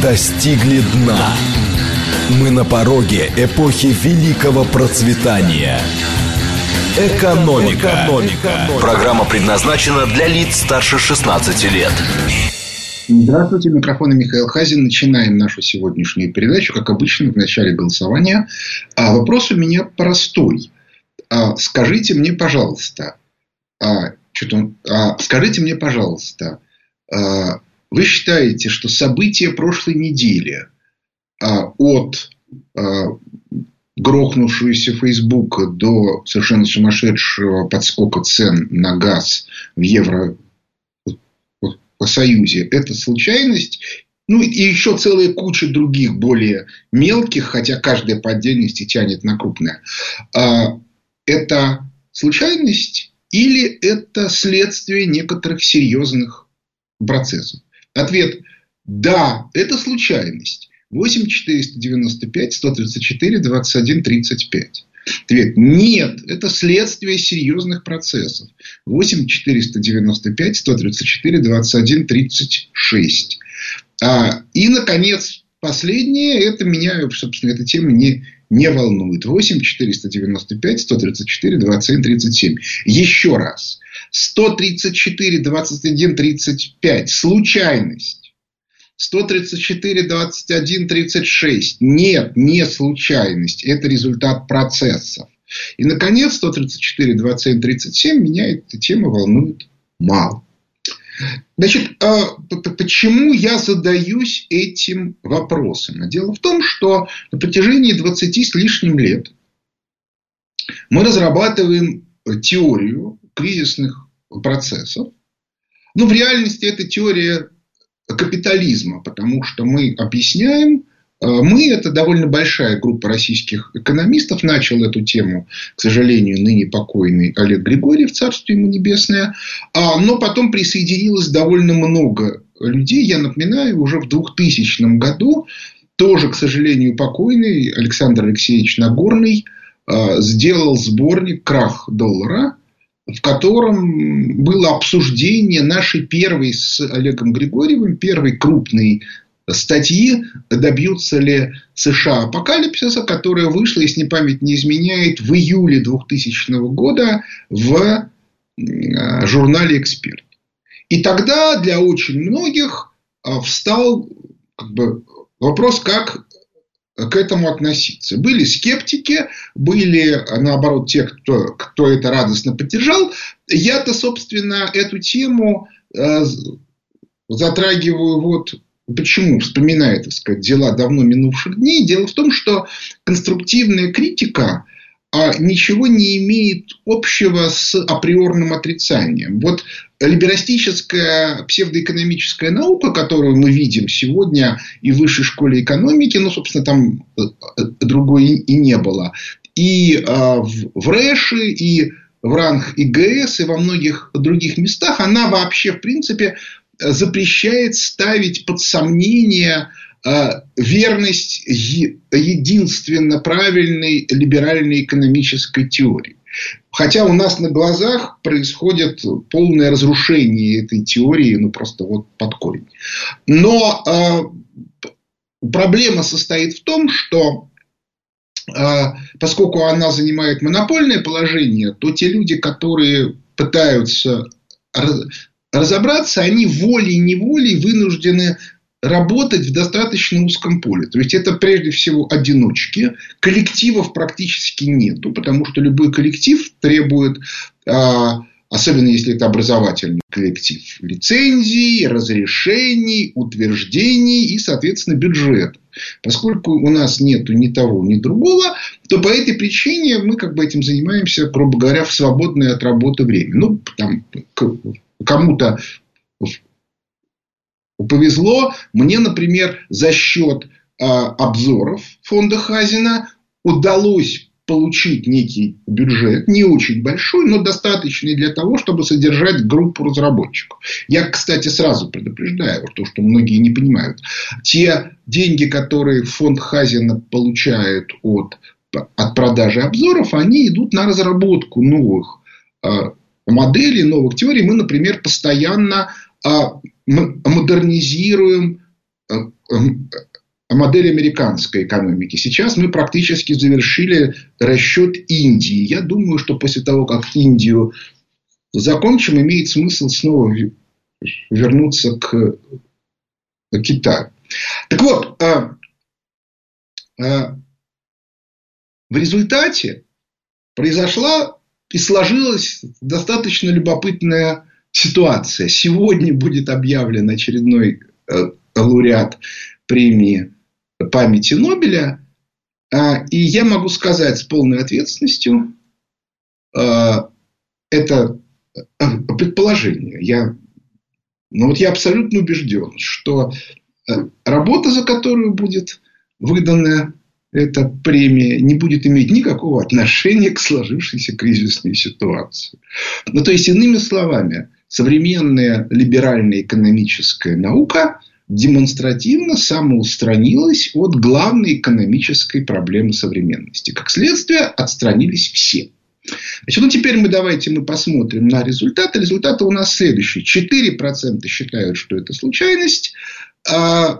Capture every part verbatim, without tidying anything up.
достигли дна. Мы на пороге эпохи великого процветания. Экономика. Экономика. Программа предназначена для лиц старше шестнадцати лет. Здравствуйте, микрофон Михаил Хазин. Начинаем нашу сегодняшнюю передачу. Как обычно, в начале голосования. А вопрос у меня простой. А, скажите мне, пожалуйста, а, что-то, а, скажите мне, пожалуйста, а, вы считаете, что события прошлой недели а, от а, грохнувшегося Фейсбука до совершенно сумасшедшего подскока цен на газ в Евросоюзе — это случайность? Ну, и еще целая куча других более мелких, хотя каждая по отдельности тянет на крупное. Это случайность или это следствие некоторых серьезных процессов? Ответ: да, это случайность. восемь четыреста девяносто пять сто тридцать четыре двадцать один тридцать пять. Ответ: нет, это следствие серьезных процессов. восемь четыреста девяносто пять сто тридцать четыре двадцать один тридцать шесть. А, и, наконец, последнее. Это меня, собственно, эта тема не, не волнует. восемь четыреста девяносто пять сто тридцать четыре двадцать один тридцать семь. Еще раз. сто тридцать четыре двадцать один тридцать пять. Случайность. сто тридцать четыре двадцать один тридцать шесть. Нет, не случайность. Это результат процессов. И, наконец, сто тридцать четыре двадцать один тридцать семь. Меня эта тема волнует мало. Значит, почему я задаюсь этим вопросом? Дело в том, что на протяжении двадцати с лишним лет мы разрабатываем теорию кризисных процессов. Но в реальности это теория капитализма, потому что мы объясняем, мы, это довольно большая группа российских экономистов, начал эту тему, к сожалению, ныне покойный Олег Григорьев, царствие ему небесное, но потом присоединилось довольно много людей. Я напоминаю, уже в двухтысячном году тоже, к сожалению, покойный Александр Алексеевич Нагорный сделал сборник «Крах доллара», в котором было обсуждение нашей первой с Олегом Григорьевым, первой крупной статьи «Добьются ли США апокалипсиса», которая вышла, если память не изменяет, в июле двухтысячного года в журнале «Эксперт». И тогда для очень многих встал как бы вопрос, как к этому относиться. Были скептики, были, наоборот, те, кто, кто это радостно поддержал. Я-то, собственно, эту тему э, затрагиваю вот почему, вспоминая, так сказать, дела давно минувших дней. Дело в том, что конструктивная критика а, ничего не имеет общего с априорным отрицанием. Вот либерастическая псевдоэкономическая наука, которую мы видим сегодня и в высшей школе экономики, ну, собственно, там другой и не было, и а, в, в РЭШе, и в РАНХ ИГС, и во многих других местах, она вообще, в принципе, запрещает ставить под сомнение а, верность е- единственно правильной либеральной экономической теории. Хотя у нас на глазах происходит полное разрушение этой теории, ну, просто вот под корень. Но э, проблема состоит в том, что э, поскольку она занимает монопольное положение, то те люди, которые пытаются раз, разобраться, они волей-неволей вынуждены работать в достаточно узком поле. То есть, это прежде всего одиночки. Коллективов практически нету, потому что любой коллектив требует, особенно если это образовательный коллектив, лицензий, разрешений, утверждений и, соответственно, бюджета. Поскольку у нас нету ни того, ни другого, то по этой причине мы как бы этим занимаемся, грубо говоря, в свободное от работы время. Ну, там, кому-то повезло. Мне, например, за счет э, обзоров фонда Хазина удалось получить некий бюджет, не очень большой, но достаточный для того, чтобы содержать группу разработчиков. Я, кстати, сразу предупреждаю, то, что многие не понимают. Те деньги, которые фонд Хазина получает от, от продажи обзоров, они идут на разработку новых э, моделей, новых теорий. Мы, например, постоянно э, модернизируем модель американской экономики. Сейчас мы практически завершили расчет Индии. Я думаю, что после того, как Индию закончим, имеет смысл снова вернуться к Китаю. Так вот, в результате произошла и сложилась достаточно любопытная ситуация. Сегодня будет объявлен очередной лауреат премии памяти Нобеля. И я могу сказать с полной ответственностью, это предположение. Я, но вот я абсолютно убежден, что работа, за которую будет выдана эта премия, не будет иметь никакого отношения к сложившейся кризисной ситуации. Ну, то есть, иными словами, современная либеральная экономическая наука демонстративно самоустранилась от главной экономической проблемы современности. Как следствие, отстранились все. Значит, ну, теперь мы давайте мы посмотрим на результаты. Результаты у нас следующие. четыре процента считают, что это случайность. А,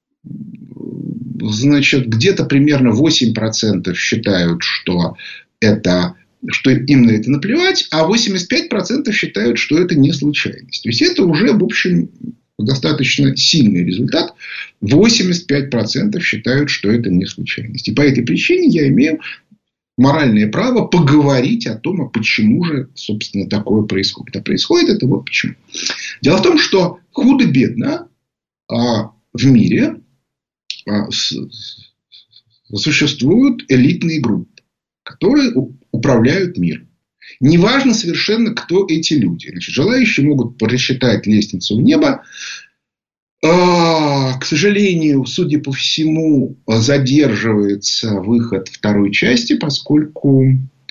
значит, где-то примерно восемь процентов считают, что, это, что им на это наплевать. А восемьдесят пять процентов считают, что это не случайность. То есть, это уже, в общем, достаточно сильный результат. восемьдесят пять процентов считают, что это не случайность. И по этой причине я имею моральное право поговорить о том, а почему же, собственно, такое происходит. А происходит это вот почему. Дело в том, что худо-бедно а, в мире а, с, существуют элитные группы, которые у, управляют миром. Неважно совершенно, кто эти люди. Значит, желающие могут просчитать лестницу в небо. К сожалению, судя по всему, задерживается выход второй части, поскольку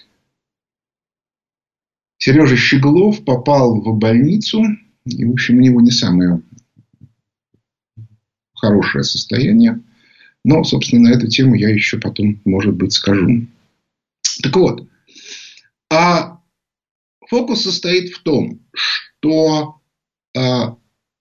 Сережа Щеглов попал в больницу. И, в общем, у него не самое хорошее состояние. Но, собственно, на эту тему я еще потом, может быть, скажу. Так вот. А фокус состоит в том, что а,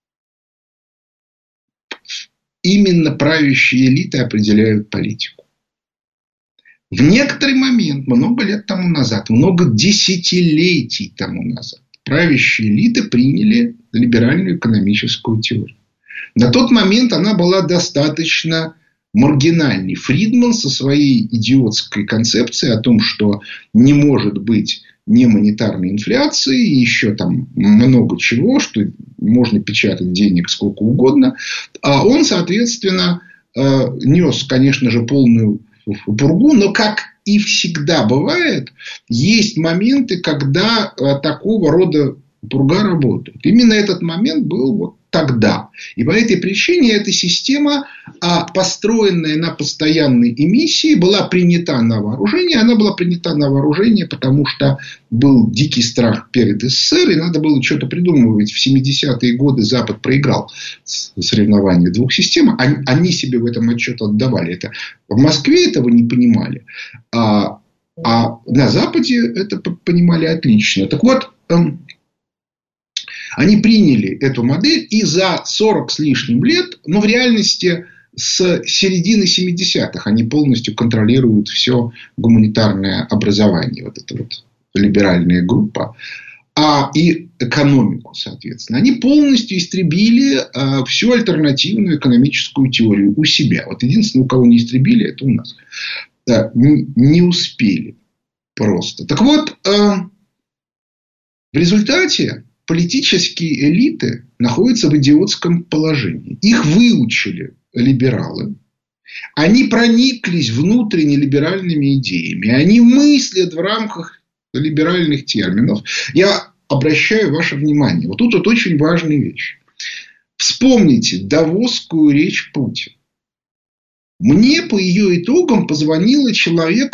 именно правящие элиты определяют политику. В некоторый момент, много лет тому назад, много десятилетий тому назад, правящие элиты приняли либеральную экономическую теорию. На тот момент она была достаточно маргинальный. Фридман со своей идиотской концепцией о том, что не может быть немонетарной инфляции и еще там много чего, что можно печатать денег сколько угодно, а он, соответственно, нес, конечно же, полную пургу, но, как и всегда бывает, есть моменты, когда такого рода пурга работает. Именно этот момент был вот тогда. И по этой причине эта система, построенная на постоянной эмиссии, была принята на вооружение. Она была принята на вооружение, потому что был дикий страх перед СССР, и надо было что-то придумывать. В семидесятые годы Запад проиграл соревнования двух систем. Они себе в этом отчет отдавали. Это в Москве этого не понимали. А, а на Западе это понимали отлично. Так вот, они приняли эту модель, и за сорок с лишним лет, ну, в реальности, с середины семидесятых они полностью контролируют все гуманитарное образование. Вот эта вот либеральная группа. А и экономику, соответственно. Они полностью истребили а, всю альтернативную экономическую теорию у себя. Вот единственное, у кого не истребили, это у нас. Да, не, не успели просто. Так вот, а, в результате политические элиты находятся в идиотском положении. Их выучили либералы. Они прониклись внутренне либеральными идеями. Они мыслят в рамках либеральных терминов. Я обращаю ваше внимание. Вот тут вот очень важная вещь. Вспомните давосскую речь Путина. Мне по ее итогам позвонило человек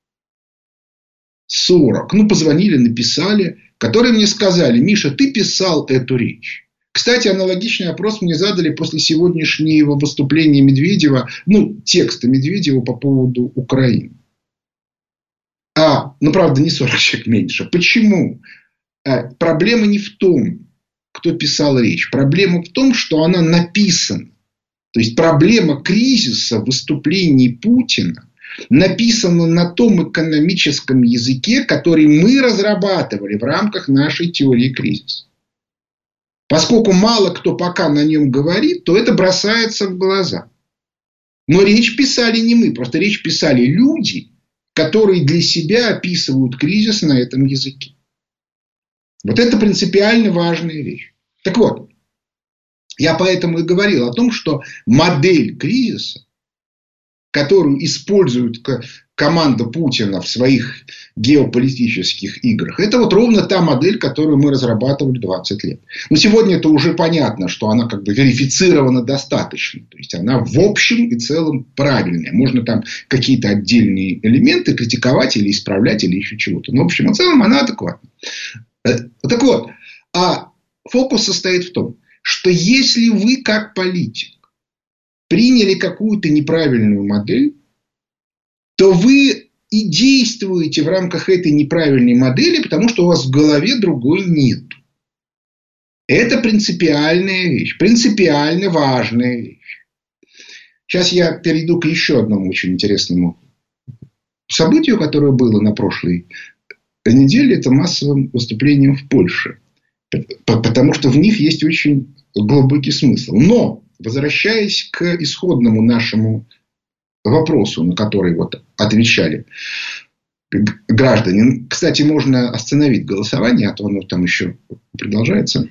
сорок. Ну, позвонили, написали. Которые мне сказали: Миша, ты писал эту речь. Кстати, аналогичный опрос мне задали после сегодняшнего выступления Медведева, ну, текста Медведева по поводу Украины. А, ну, правда, не сорок человек меньше. Почему? А, проблема не в том, кто писал речь. Проблема в том, что она написана. То есть проблема кризиса в выступлении Путина написана на том экономическом языке, который мы разрабатывали в рамках нашей теории кризиса. Поскольку мало кто пока на нем говорит, то это бросается в глаза. Но речь писали не мы, просто речь писали люди, которые для себя описывают кризис на этом языке. Вот это принципиально важная вещь. Так вот, я поэтому и говорил о том, что модель кризиса, которую использует команда Путина в своих геополитических играх, это вот ровно та модель, которую мы разрабатывали двадцать лет. Но сегодня это уже понятно, что она как бы верифицирована достаточно. То есть она в общем и целом правильная. Можно там какие-то отдельные элементы критиковать или исправлять, или еще чего-то. Но в общем и целом она адекватна. Так вот, а фокус состоит в том, что если вы как политик приняли какую-то неправильную модель, то вы и действуете в рамках этой неправильной модели, потому что у вас в голове другой нет. Это принципиальная вещь, принципиально важная вещь. Сейчас я перейду к еще одному очень интересному событию, которое было на прошлой неделе. Это массовым выступлением в Польше. Потому что в них есть очень глубокий смысл. Но, возвращаясь к исходному нашему вопросу, на который вот отвечали граждане. Кстати, можно остановить голосование, а то оно там еще продолжается.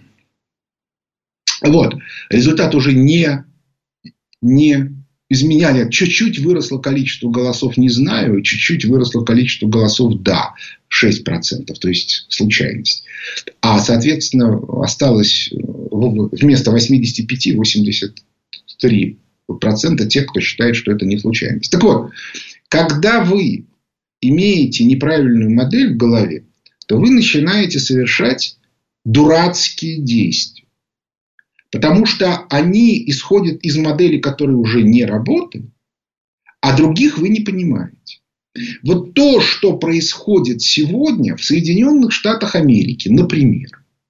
Вот. Результат уже не, не изменяли. Чуть-чуть выросло количество голосов «не знаю», и чуть-чуть выросло количество голосов «да». шесть процентов, то есть случайность. А, соответственно, осталось вместо восемьдесят пять - восемьдесят три процента тех, кто считает, что это не случайность. Так вот, когда вы имеете неправильную модель в голове, то вы начинаете совершать дурацкие действия. Потому что они исходят из модели, которые уже не работают, а других вы не понимаете. Вот то, что происходит сегодня в Соединенных Штатах Америки, например,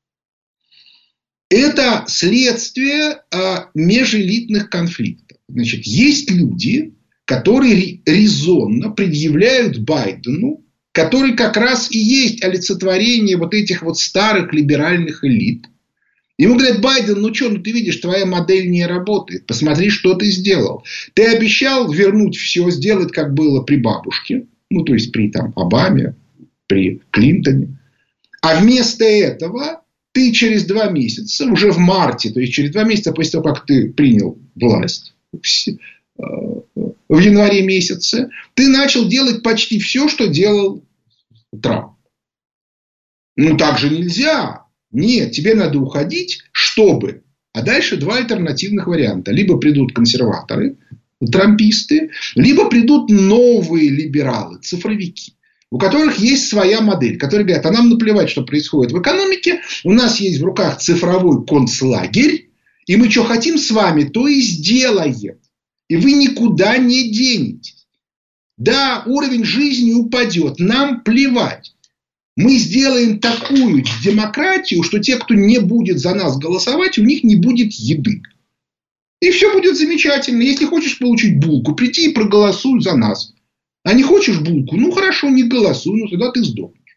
это следствие а, межэлитных конфликтов. Значит, есть люди, которые резонно предъявляют Байдену, который как раз и есть олицетворение вот этих вот старых либеральных элит. Ему говорят: Байден, ну что, ну ты видишь, твоя модель не работает. Посмотри, что ты сделал. Ты обещал вернуть все, сделать, как было при бабушке. Ну, то есть, при там, Обаме, при Клинтоне. А вместо этого ты через два месяца, уже в марте, то есть, через два месяца после того, как ты принял власть, в январе месяце, ты начал делать почти все, что делал Трамп. Ну, так же нельзя. Нет, тебе надо уходить, чтобы... А дальше два альтернативных варианта. Либо придут консерваторы, трамписты, либо придут новые либералы, цифровики, у которых есть своя модель, которые говорят: а нам наплевать, что происходит в экономике, у нас есть в руках цифровой концлагерь, и мы что хотим с вами, то и сделаем. И вы никуда не денетесь. Да, уровень жизни упадет, нам плевать. Мы сделаем такую демократию, что те, кто не будет за нас голосовать, у них не будет еды. И все будет замечательно. Если хочешь получить булку, приди и проголосуй за нас. А не хочешь булку, ну хорошо, не голосуй, но тогда ты сдохнешь.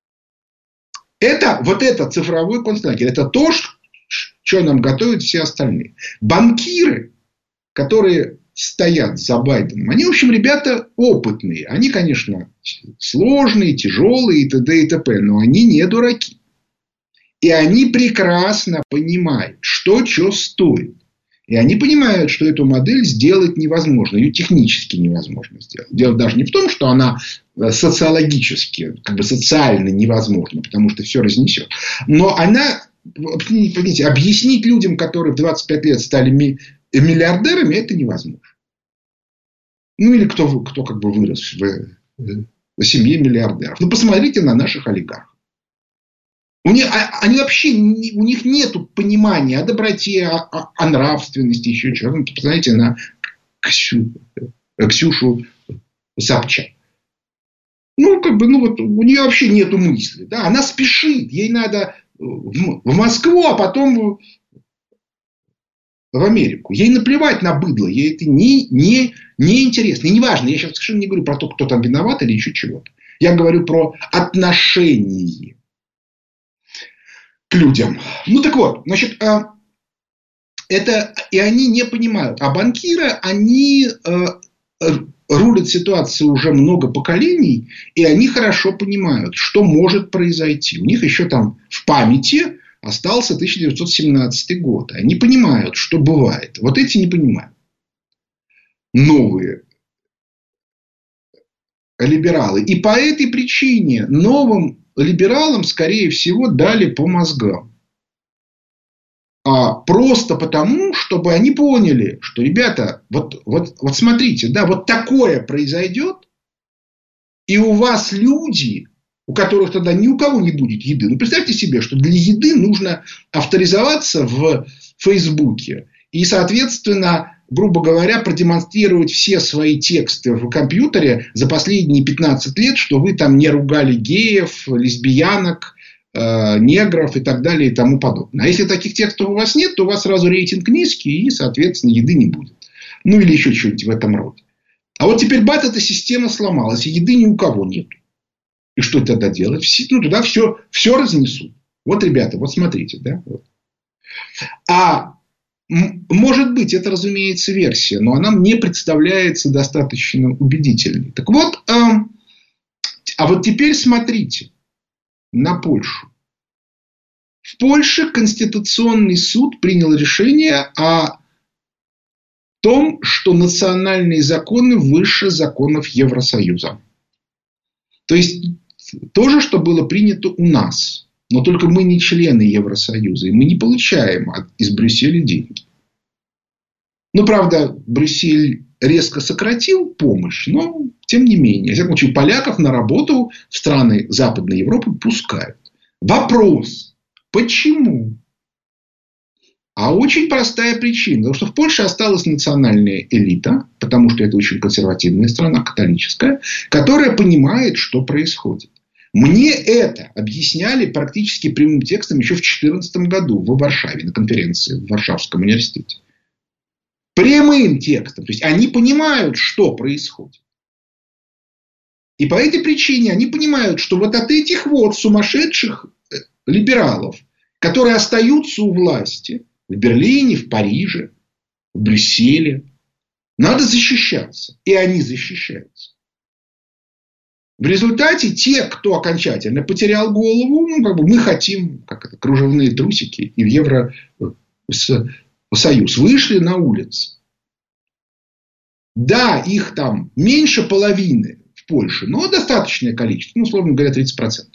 Это, вот это цифровой концлагерь. Это то, что нам готовят все остальные. Банкиры, которые стоят за Байденом, они, в общем, ребята опытные. Они, конечно, сложные, тяжелые и т.д. и т.п. Но они не дураки. И они прекрасно понимают, что что стоит. И они понимают, что эту модель сделать невозможно. Ее технически невозможно сделать. Дело даже не в том, что она социологически, как бы социально невозможна, потому что все разнесет. Но она, понимаете, объяснить людям, которые в двадцать пять лет стали миллиардерами, это невозможно. Ну, или кто, кто как бы вырос в, в семье миллиардеров. Ну, посмотрите на наших олигархов. У них, они вообще, у них нет понимания о доброте, о, о нравственности, еще чего-то. Посмотрите на Ксю, Ксюшу Собчак. Ну, как бы, ну, вот у нее вообще нету мысли. Да? Она спешит. Ей надо в, в Москву, а потом в Америку. Ей наплевать на быдло, ей это не, не, не интересно. И не важно, я сейчас совершенно не говорю про то, кто там виноват или еще чего-то. Я говорю про отношение к людям. Ну так вот, значит, это и они не понимают. А банкиры, они рулят ситуацию уже много поколений, и они хорошо понимают, что может произойти. У них еще там в памяти остался тысяча девятьсот семнадцатый год. Они понимают, что бывает. Вот эти не понимают. Новые либералы. И по этой причине новым либералам, скорее всего, дали по мозгам. А просто потому, чтобы они поняли, что, ребята, вот, вот, вот смотрите, да, вот такое произойдет, и у вас люди, у которых тогда ни у кого не будет еды. Ну, представьте себе, что для еды нужно авторизоваться в Фейсбуке. И, соответственно, грубо говоря, продемонстрировать все свои тексты в компьютере за последние пятнадцать лет, что вы там не ругали геев, лесбиянок, э, негров и так далее и тому подобное. А если таких текстов у вас нет, то у вас сразу рейтинг низкий и, соответственно, еды не будет. Ну, или еще что-нибудь в этом роде. А вот теперь, бат, эта система сломалась, и еды ни у кого нет. И что тогда делать? Ну, туда все, все разнесут. Вот, ребята, вот смотрите. Да? Вот. А может быть, это, разумеется, версия, но она мне представляется достаточно убедительной. Так вот, э, а вот теперь смотрите на Польшу. В Польше Конституционный суд принял решение о том, что национальные законы выше законов Евросоюза. То есть, то же, что было принято у нас. Но только мы не члены Евросоюза. И мы не получаем из Брюсселя деньги. Ну, правда, Брюссель резко сократил помощь. Но, тем не менее. В всяком случае, поляков на работу в страны Западной Европы пускают. Вопрос. Почему? А очень простая причина. Потому что в Польше осталась национальная элита. Потому что это очень консервативная страна, католическая. Которая понимает, что происходит. Мне это объясняли практически прямым текстом еще в две тысячи четырнадцатом году в Варшаве, на конференции в Варшавском университете. Прямым текстом. То есть, они понимают, что происходит. И по этой причине они понимают, что вот от этих вот сумасшедших либералов, которые остаются у власти в Берлине, в Париже, в Брюсселе, надо защищаться. И они защищаются. В результате те, кто окончательно потерял голову, ну, как бы мы хотим, как это, кружевные трусики и в Евросоюз, вышли на улицы. Да, их там меньше половины в Польше, но достаточное количество, ну, условно говоря, тридцать процентов.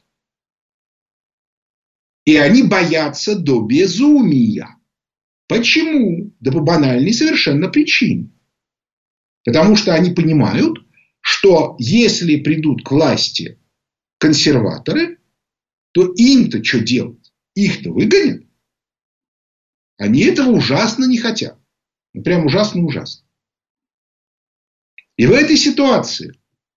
И они боятся до безумия. Почему? Да по банальной совершенно причине. Потому что они понимают, что если придут к власти консерваторы, то им-то что делать? Их-то выгонят. Они этого ужасно не хотят. Ну, прям ужасно-ужасно. И в этой ситуации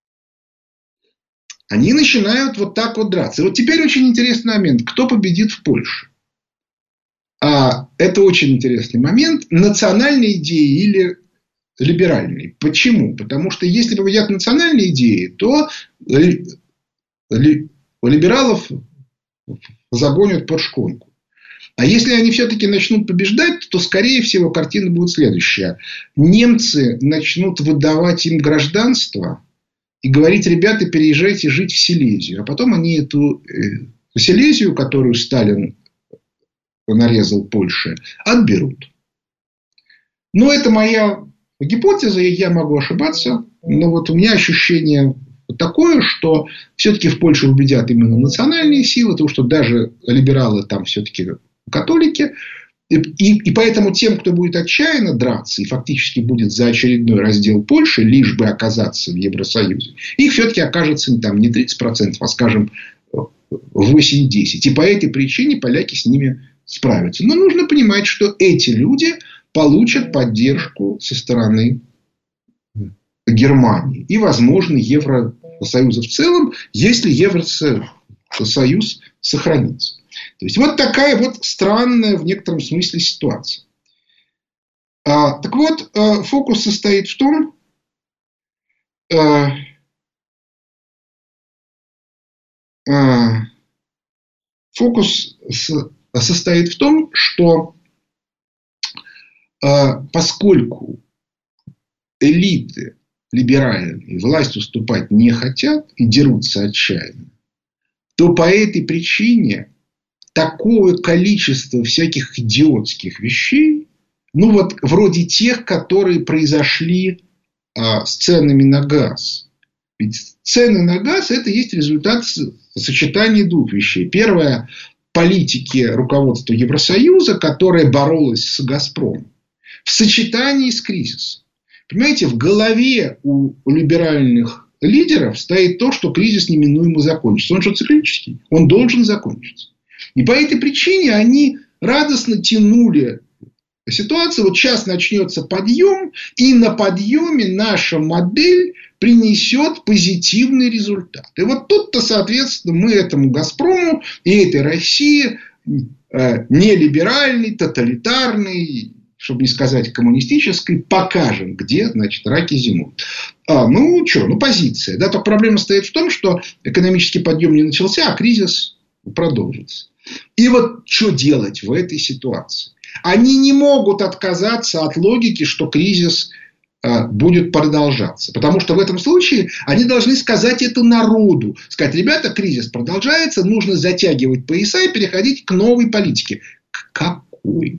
они начинают вот так вот драться. И вот теперь очень интересный момент. Кто победит в Польше? А, это очень интересный момент. Национальные идеи или либеральные. Почему? Потому что если победят национальные идеи, то либералов загонят под шконку. А если они все-таки начнут побеждать, то, скорее всего, картина будет следующая. Немцы начнут выдавать им гражданство и говорить: ребята, переезжайте жить в Силезию. А потом они эту Силезию, которую Сталин нарезал Польше, отберут. Но это моя гипотеза, я могу ошибаться. Но вот у меня ощущение такое, что все-таки в Польше убедят именно национальные силы, потому что даже либералы там все-таки католики. И, и, и поэтому тем, кто будет отчаянно драться и фактически будет за очередной раздел Польши, лишь бы оказаться в Евросоюзе, их все-таки окажется там не тридцать процентов, а, скажем, восемь-десять. И по этой причине поляки с ними справятся. Но нужно понимать, что эти люди получат поддержку со стороны Германии. И, возможно, Евросоюза в целом, если Евросоюз сохранится. То есть, вот такая вот странная в некотором смысле ситуация. А, так вот, а, фокус состоит в том, а, а, фокус с, состоит в том, что а, поскольку элиты либеральные власть уступать не хотят и дерутся отчаянно, то по этой причине такое количество всяких идиотских вещей, ну вот вроде тех, которые произошли а, с ценами на газ. Ведь цены на газ – это есть результат сочетания двух вещей. Первое – политики руководства Евросоюза, которое боролось с «Газпромом», в сочетании с кризисом. Понимаете, в голове у либеральных лидеров стоит то, что кризис неминуемо закончится. Он что, циклический? Он должен закончиться. И по этой причине они радостно тянули ситуацию. Вот сейчас начнется подъем, и на подъеме наша модель принесет позитивный результат. И вот тут-то, соответственно, мы этому «Газпрому» и этой России э, нелиберальной, тоталитарной, чтобы не сказать коммунистической, покажем, где, значит, раки зимуют. А, ну, что, ну, позиция. Да, только проблема стоит в том, что экономический подъем не начался, а кризис продолжится. И вот что делать в этой ситуации? Они не могут отказаться от логики, что кризис а, будет продолжаться. Потому что в этом случае они должны сказать это народу. Сказать: ребята, кризис продолжается, нужно затягивать пояса и переходить к новой политике. К какой?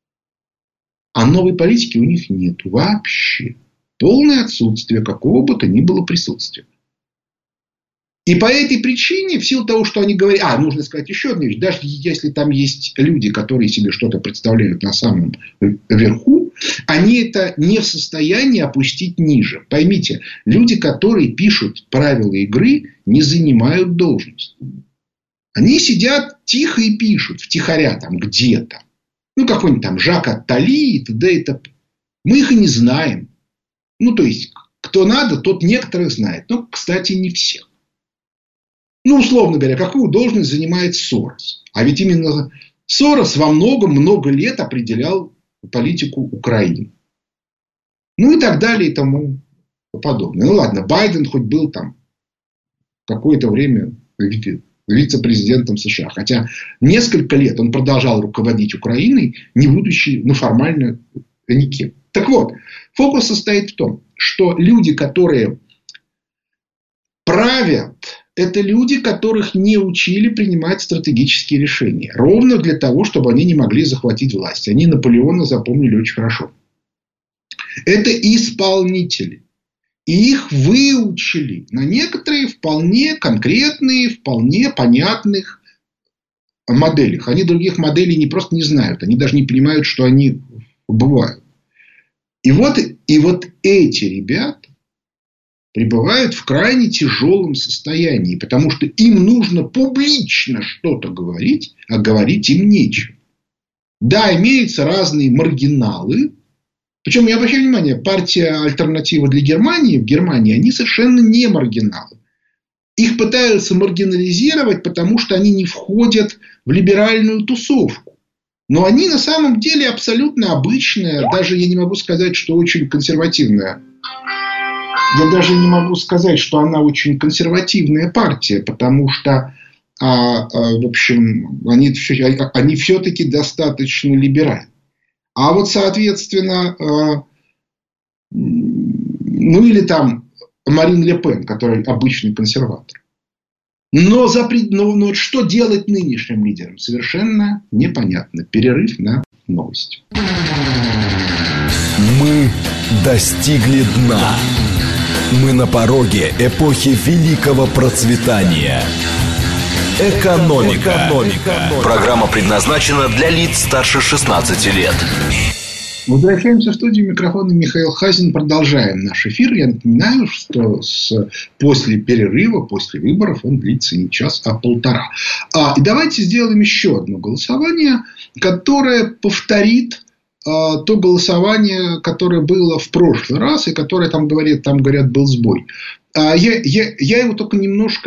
А новой политики у них нет вообще. Полное отсутствие какого бы то ни было присутствия. И по этой причине, в силу того, что они говорят... А, нужно сказать еще одну вещь. Даже если там есть люди, которые себе что-то представляют на самом верху, они это не в состоянии опустить ниже. Поймите, люди, которые пишут правила игры, не занимают должность. Они сидят тихо и пишут, втихаря там где-то. Ну, какой-нибудь там Жак Аттали и т.д. и т.п. Мы их и не знаем. Ну, то есть, кто надо, тот некоторых знает. Но, кстати, не всех. Ну, условно говоря, какую должность занимает Сорос? А ведь именно Сорос во многом много лет определял политику Украины. Ну, и так далее, и тому подобное. Ну, ладно, Байден хоть был там какое-то время вице-президентом США. Хотя несколько лет он продолжал руководить Украиной, не будучи, ну, формально никем. Так вот, фокус состоит в том, что люди, которые правят, это люди, которых не учили принимать стратегические решения. Ровно для того, чтобы они не могли захватить власть. Они Наполеона запомнили очень хорошо. Это исполнители. И их выучили на некоторые вполне конкретные, вполне понятных моделях. Они других моделей не просто не знают. Они даже не понимают, что они бывают. И вот, и вот эти ребята пребывают в крайне тяжелом состоянии. Потому что им нужно публично что-то говорить, а говорить им нечего. Да, имеются разные маргиналы. Причем, я обращаю внимание, партия «Альтернатива для Германии» в Германии, они совершенно не маргиналы. Их пытаются маргинализировать, потому что они не входят в либеральную тусовку. Но они на самом деле абсолютно обычная, даже я не могу сказать, что очень консервативная. Я даже не могу сказать, что она очень консервативная партия, потому что, а, а, в общем, они, они все-таки достаточно либеральны. А вот, соответственно, э, ну или там Марин Ле Пен, который обычный консерватор. Но, запрет, но, но что делать нынешним лидерам? Совершенно непонятно. Перерыв на новости. Мы достигли дна. Мы на пороге эпохи великого процветания. Экономика. Экономика. Программа предназначена для лиц старше шестнадцати лет. Возвращаемся в студию. Микрофон Михаил Хазин. Продолжаем наш эфир. Я напоминаю, что с, после перерыва, после выборов он длится не час, а полтора. А, и давайте сделаем еще одно голосование, которое повторит а, то голосование, которое было в прошлый раз, и которое там говорят, там говорят, был сбой. А, я, я, я его только немножко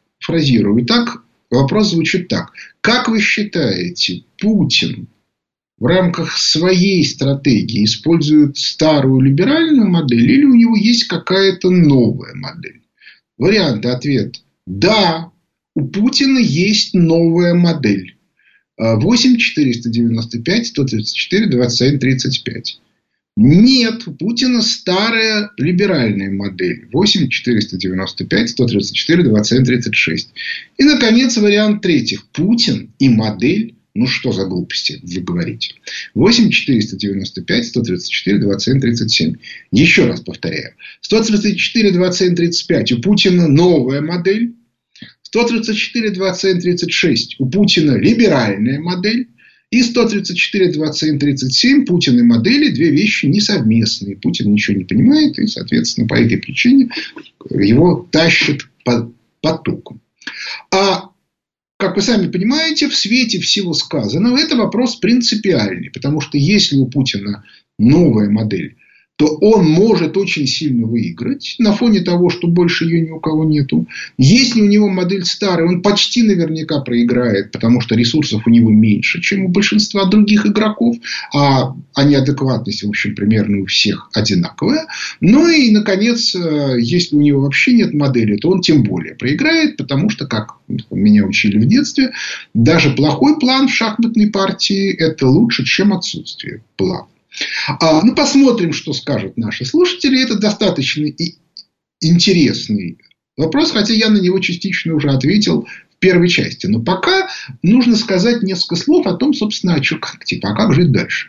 перефразирую. Итак, вопрос звучит так. Как вы считаете, Путин в рамках своей стратегии использует старую либеральную модель, или у него есть какая-то новая модель? Варианты ответа. Да, у Путина есть новая модель. восемь четыреста девяносто пять сто тридцать четыре двадцать один тридцать пять. Нет, у Путина старая либеральная модель. восемь четыреста девяносто пять сто тридцать четыре двадцать один тридцать шесть. И, наконец, вариант третьих. Путин и модель. Ну, что за глупости вы говорите? восемь четыреста девяносто пять сто тридцать четыре двадцать один тридцать семь. Еще раз повторяю. сто тридцать четыре двадцать один тридцать пять. У Путина новая модель. сто тридцать четыре двадцать один тридцать шесть. У Путина либеральная модель. И сто тридцать четыре двадцать один тридцать семь. Путин и модели две вещи несовместные. Путин ничего не понимает. И, соответственно, по этой причине его тащит по потокам. А как вы сами понимаете, в свете всего сказанного, это вопрос принципиальный. Потому что если у Путина новая модель, то он может очень сильно выиграть на фоне того, что больше ее ни у кого нету. Если у него модель старая, он почти наверняка проиграет, потому что ресурсов у него меньше, чем у большинства других игроков, а, а неадекватность, в общем, примерно у всех одинаковая. Ну и, наконец, если у него вообще нет модели, то он тем более проиграет, потому что, как меня учили в детстве, даже плохой план в шахматной партии – это лучше, чем отсутствие плана. А, ну, посмотрим, что скажут наши слушатели. Это достаточно и интересный вопрос, хотя я на него частично уже ответил в первой части. Но пока нужно сказать несколько слов о том, собственно, а что, как, типа, а как жить дальше.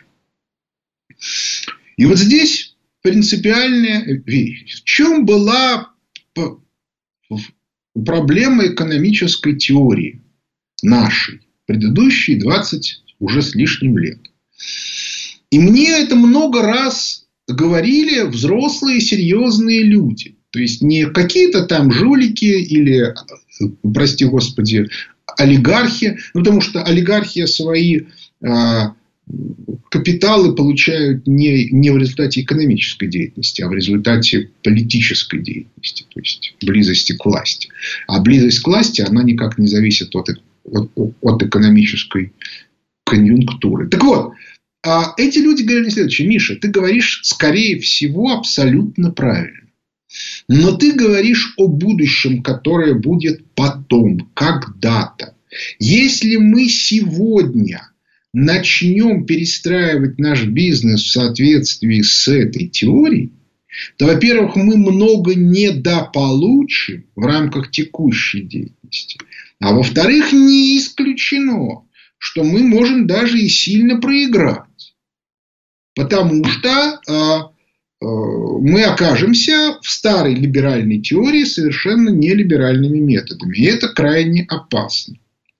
И вот здесь принципиальная вещь. В чем была проблема экономической теории нашей, предыдущей двадцать уже с лишним лет? И мне это много раз говорили взрослые серьезные люди. То есть не какие-то там жулики или, прости господи, олигархи. Ну, потому что олигархи свои а, капиталы получают не, не в результате экономической деятельности, а в результате политической деятельности. То есть близости к власти. А близость к власти, она никак не зависит от, от, от экономической конъюнктуры. Так вот. А эти люди говорили следующее. Миша, ты говоришь, скорее всего, абсолютно правильно. Но ты говоришь о будущем, которое будет потом, когда-то. Если мы сегодня начнем перестраивать наш бизнес в соответствии с этой теорией, то, во-первых, мы много недополучим в рамках текущей деятельности. А во-вторых, не исключено, что мы можем даже и сильно проиграть. Потому что э, э, мы окажемся в старой либеральной теории совершенно нелиберальными методами. И это крайне опасно.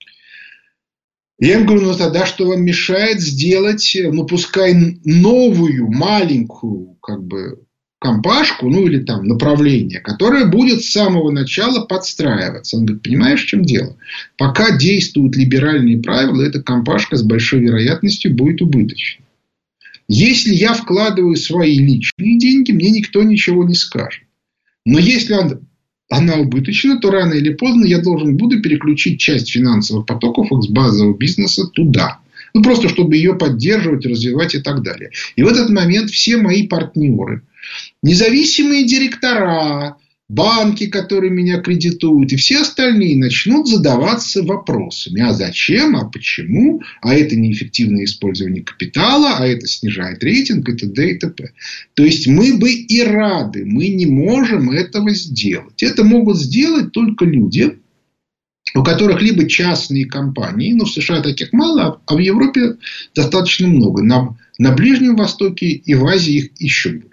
Я им говорю, ну тогда что вам мешает сделать, ну пускай новую, маленькую, как бы, компашку, ну или там направление, которое будет с самого начала подстраиваться. Он говорит, понимаешь, в чем дело? Пока действуют либеральные правила, эта компашка с большой вероятностью будет убыточной. Если я вкладываю свои личные деньги, мне никто ничего не скажет. Но если она убыточна, то рано или поздно я должен буду переключить часть финансовых потоков с базового бизнеса туда. Ну, просто чтобы ее поддерживать, развивать и так далее. И в этот момент все мои партнеры, независимые директора, банки, которые меня кредитуют, и все остальные начнут задаваться вопросами. А зачем? А почему? А это неэффективное использование капитала? А это снижает рейтинг? И т.д. и т.п. То есть мы бы и рады. Мы не можем этого сделать. Это могут сделать только люди, у которых либо частные компании, но в США таких мало, а в Европе достаточно много. На, на Ближнем Востоке и в Азии их еще больше.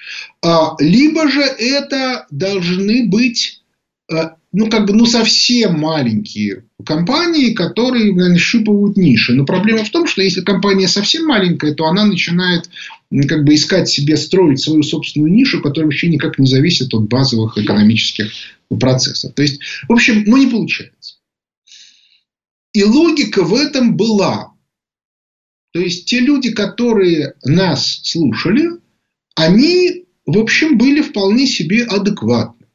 Либо же это должны быть ну, как бы, ну, совсем маленькие компании, которые нащупывают ниши. Но проблема в том, что если компания совсем маленькая, то она начинает как бы, искать себе, строить свою собственную нишу, которая вообще никак не зависит от базовых экономических процессов. То есть, в общем, ну, не получается. И логика в этом была. То есть, те люди, которые нас слушали, они, в общем, были вполне себе адекватны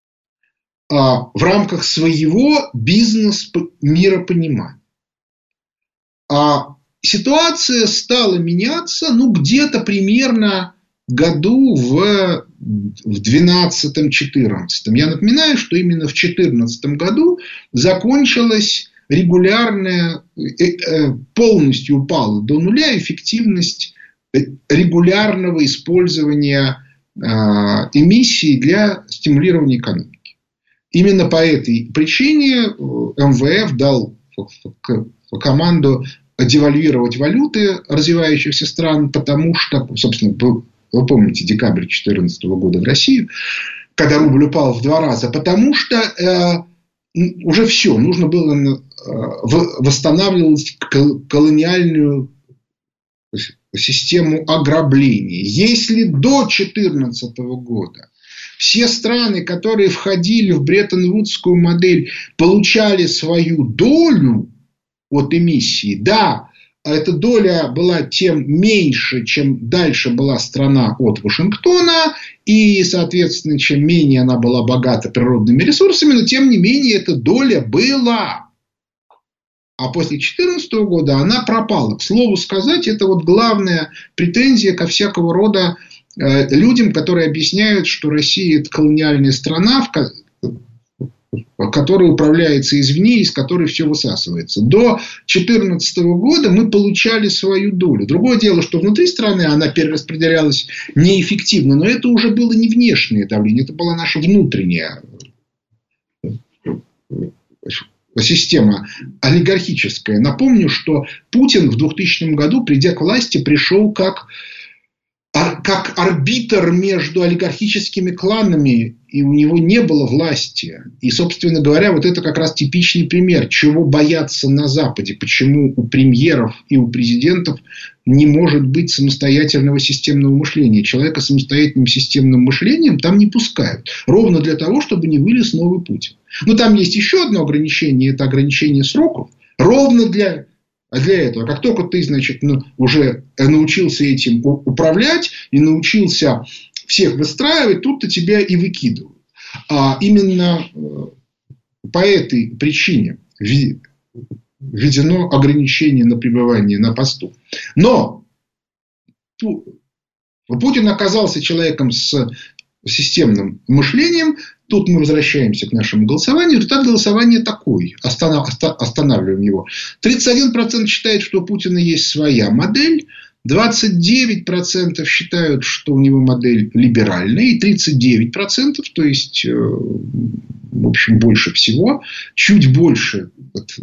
а, в рамках своего бизнес-миропонимания. А ситуация стала меняться, ну, где-то примерно году в двенадцатом-четырнадцатом. Я напоминаю, что именно в две тысячи четырнадцатом году закончилась регулярная, полностью упала до нуля эффективность регулярного использования эмиссий для стимулирования экономики. Именно по этой причине эм вэ эф дал команду девальвировать валюты развивающихся стран, потому что, собственно, вы помните декабрь две тысячи четырнадцатого года в России, когда рубль упал в два раза, потому что э, уже все, нужно было э, восстанавливать колониальную систему ограбления. Если до две тысячи четырнадцатого года все страны, которые входили в Бреттон-Вудскую модель, получали свою долю от эмиссии, да, эта доля была тем меньше, чем дальше была страна от Вашингтона, и, соответственно, чем менее она была богата природными ресурсами, но, тем не менее, эта доля была. А после две тысячи четырнадцатого года она пропала. К слову сказать, это вот главная претензия ко всякого рода э, людям, которые объясняют, что Россия – это колониальная страна, в которая управляется извне, из которой все высасывается. До две тысячи четырнадцатого года мы получали свою долю. Другое дело, что внутри страны она перераспределялась неэффективно, но это уже было не внешнее давление, это была наша внутренняя система олигархическая. Напомню, что Путин в двухтысячном году, придя к власти, пришел как, как арбитр между олигархическими кланами, и у него не было власти. И, собственно говоря, вот это как раз типичный пример, чего боятся на Западе, почему у премьеров и у президентов не может быть самостоятельного системного мышления. Человека с самостоятельным системным мышлением там не пускают. Ровно для того, чтобы не вылез новый Путин. Но там есть еще одно ограничение, это ограничение сроков. Ровно для, для этого. Как только ты, значит, ну, уже научился этим управлять и научился всех выстраивать, тут-то тебя и выкидывают. А именно по этой причине введено ограничение на пребывание на посту. Но Путин оказался человеком с системным мышлением. Тут мы возвращаемся к нашему голосованию. Результат голосования такой. Останавливаем его. тридцать один процент считает, что у Путина есть своя модель. двадцать девять процентов считают, что у него модель либеральная. И тридцать девять процентов, то есть, в общем, больше всего, чуть больше,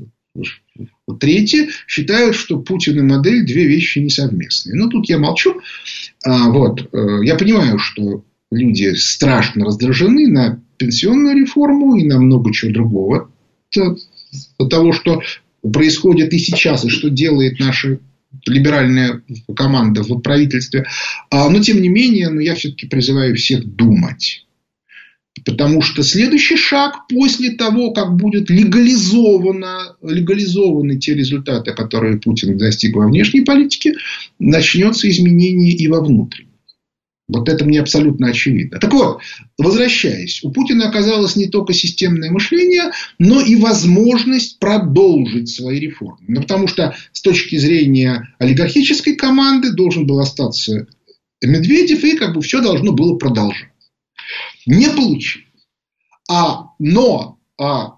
вот, третьи, считают, что Путин и модель две вещи несовместные. Но тут я молчу. А, вот, я понимаю, что люди страшно раздражены на пенсионную реформу и на много чего другого. От того, что происходит и сейчас, и что делает наша либеральная команда в правительстве. Но, тем не менее, ну, я все-таки призываю всех думать. Потому что следующий шаг после того, как будут легализовано, легализованы те результаты, которые Путин достиг во внешней политике, начнется изменение и во внутренней. Вот это мне абсолютно очевидно. Так вот, возвращаясь, у Путина оказалось не только системное мышление, но и возможность продолжить свои реформы. Ну, потому что с точки зрения олигархической команды должен был остаться Медведев, и как бы все должно было продолжаться. Не получилось. А, но а,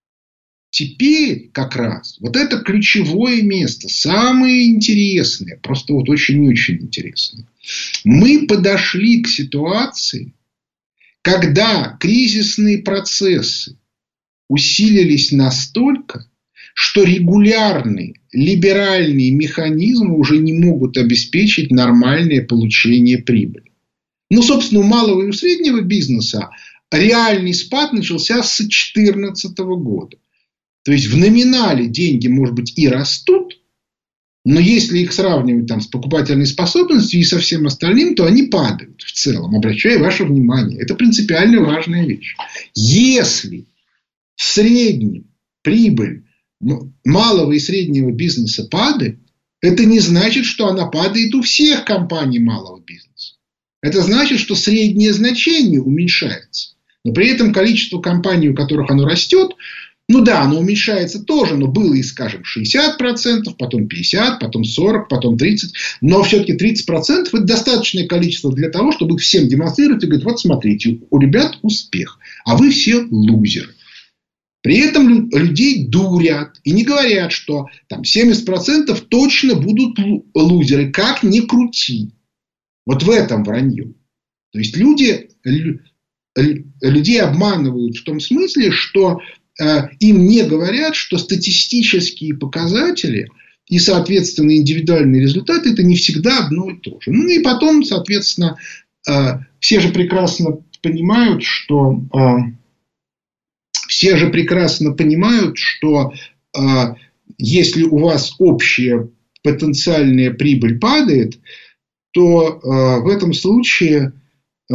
теперь как раз вот это ключевое место, самое интересное, просто вот очень-очень интересное. Мы подошли к ситуации, когда кризисные процессы усилились настолько, что регулярные либеральные механизмы уже не могут обеспечить нормальное получение прибыли. Ну, собственно, у малого и у среднего бизнеса реальный спад начался с две тысячи четырнадцатого года. То есть, в номинале деньги, может быть, и растут, но если их сравнивать там, с покупательной способностью и со всем остальным, то они падают в целом. Обращаю ваше внимание. Это принципиально важная вещь. Если в среднем прибыль малого и среднего бизнеса падает, это не значит, что она падает у всех компаний малого бизнеса. Это значит, что среднее значение уменьшается. Но при этом количество компаний, у которых оно растет, Ну да, оно уменьшается тоже, но было и, скажем, шестьдесят процентов, потом пятьдесят процентов, потом сорок процентов, потом тридцать процентов. Но все-таки тридцать процентов это достаточное количество для того, чтобы всем демонстрировать и говорить: вот смотрите, у ребят успех, а вы все лузеры. При этом людей дурят и не говорят, что там семьдесят процентов точно будут лузеры, как ни крути. Вот в этом вранье. То есть люди, людей обманывают в том смысле, что э, им не говорят, что статистические показатели и, соответственно, индивидуальные результаты — это не всегда одно и то же. Ну и потом, соответственно, э, все же прекрасно понимают, что э, все же прекрасно понимают, что э, если у вас общая потенциальная прибыль падает, то э, в этом случае э,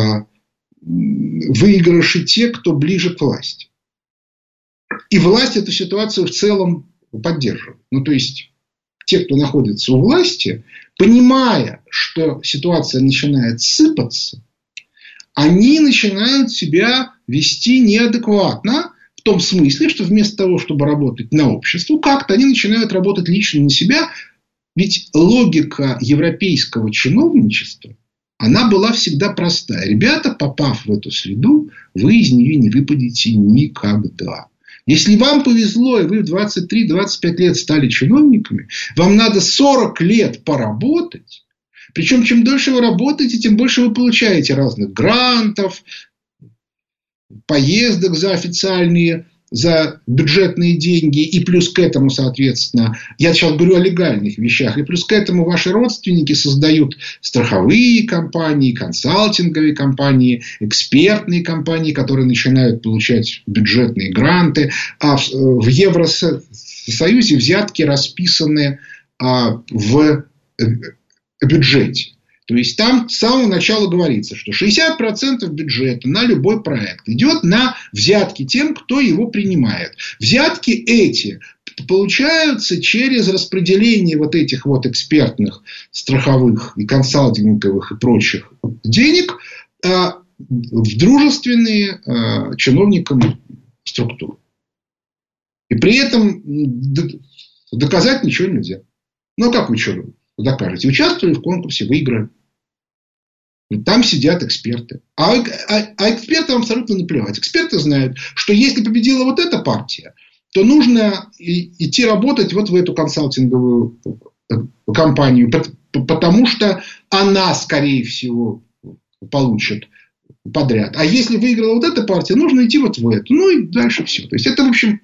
выигрыши те, кто ближе к власти. И власть эту ситуацию в целом поддерживает. Ну, то есть, те, кто находится у власти, понимая, что ситуация начинает сыпаться, они начинают себя вести неадекватно, в том смысле, что вместо того, чтобы работать на общество, как-то они начинают работать лично на себя. Ведь логика европейского чиновничества, она была всегда простая. Ребята, попав в эту среду, вы из нее не выпадете никогда. Если вам повезло, и вы в двадцать три - двадцать пять лет стали чиновниками, вам надо сорок лет поработать. Причем, чем дольше вы работаете, тем больше вы получаете разных грантов, поездок за официальные, за бюджетные деньги, и плюс к этому, соответственно, я сейчас говорю о легальных вещах, и плюс к этому ваши родственники создают страховые компании, консалтинговые компании, экспертные компании, которые начинают получать бюджетные гранты, а в, в Евросоюзе взятки расписаны а, в бюджете. То есть там с самого начала говорится, что шестьдесят процентов бюджета на любой проект идет на взятки тем, кто его принимает. Взятки эти получаются через распределение вот этих вот экспертных, страховых и консалтинговых и прочих денег в дружественные чиновникам структуры. И при этом доказать ничего нельзя. Ну, а как вы что докажете? Участвовали в конкурсе, выиграли. Там сидят эксперты. А, а, а экспертам абсолютно наплевать. Эксперты знают, что если победила вот эта партия, то нужно идти работать вот в эту консалтинговую компанию, потому что она, скорее всего, получит подряд. А если выиграла вот эта партия, нужно идти вот в эту. Ну и дальше все. То есть это, в общем,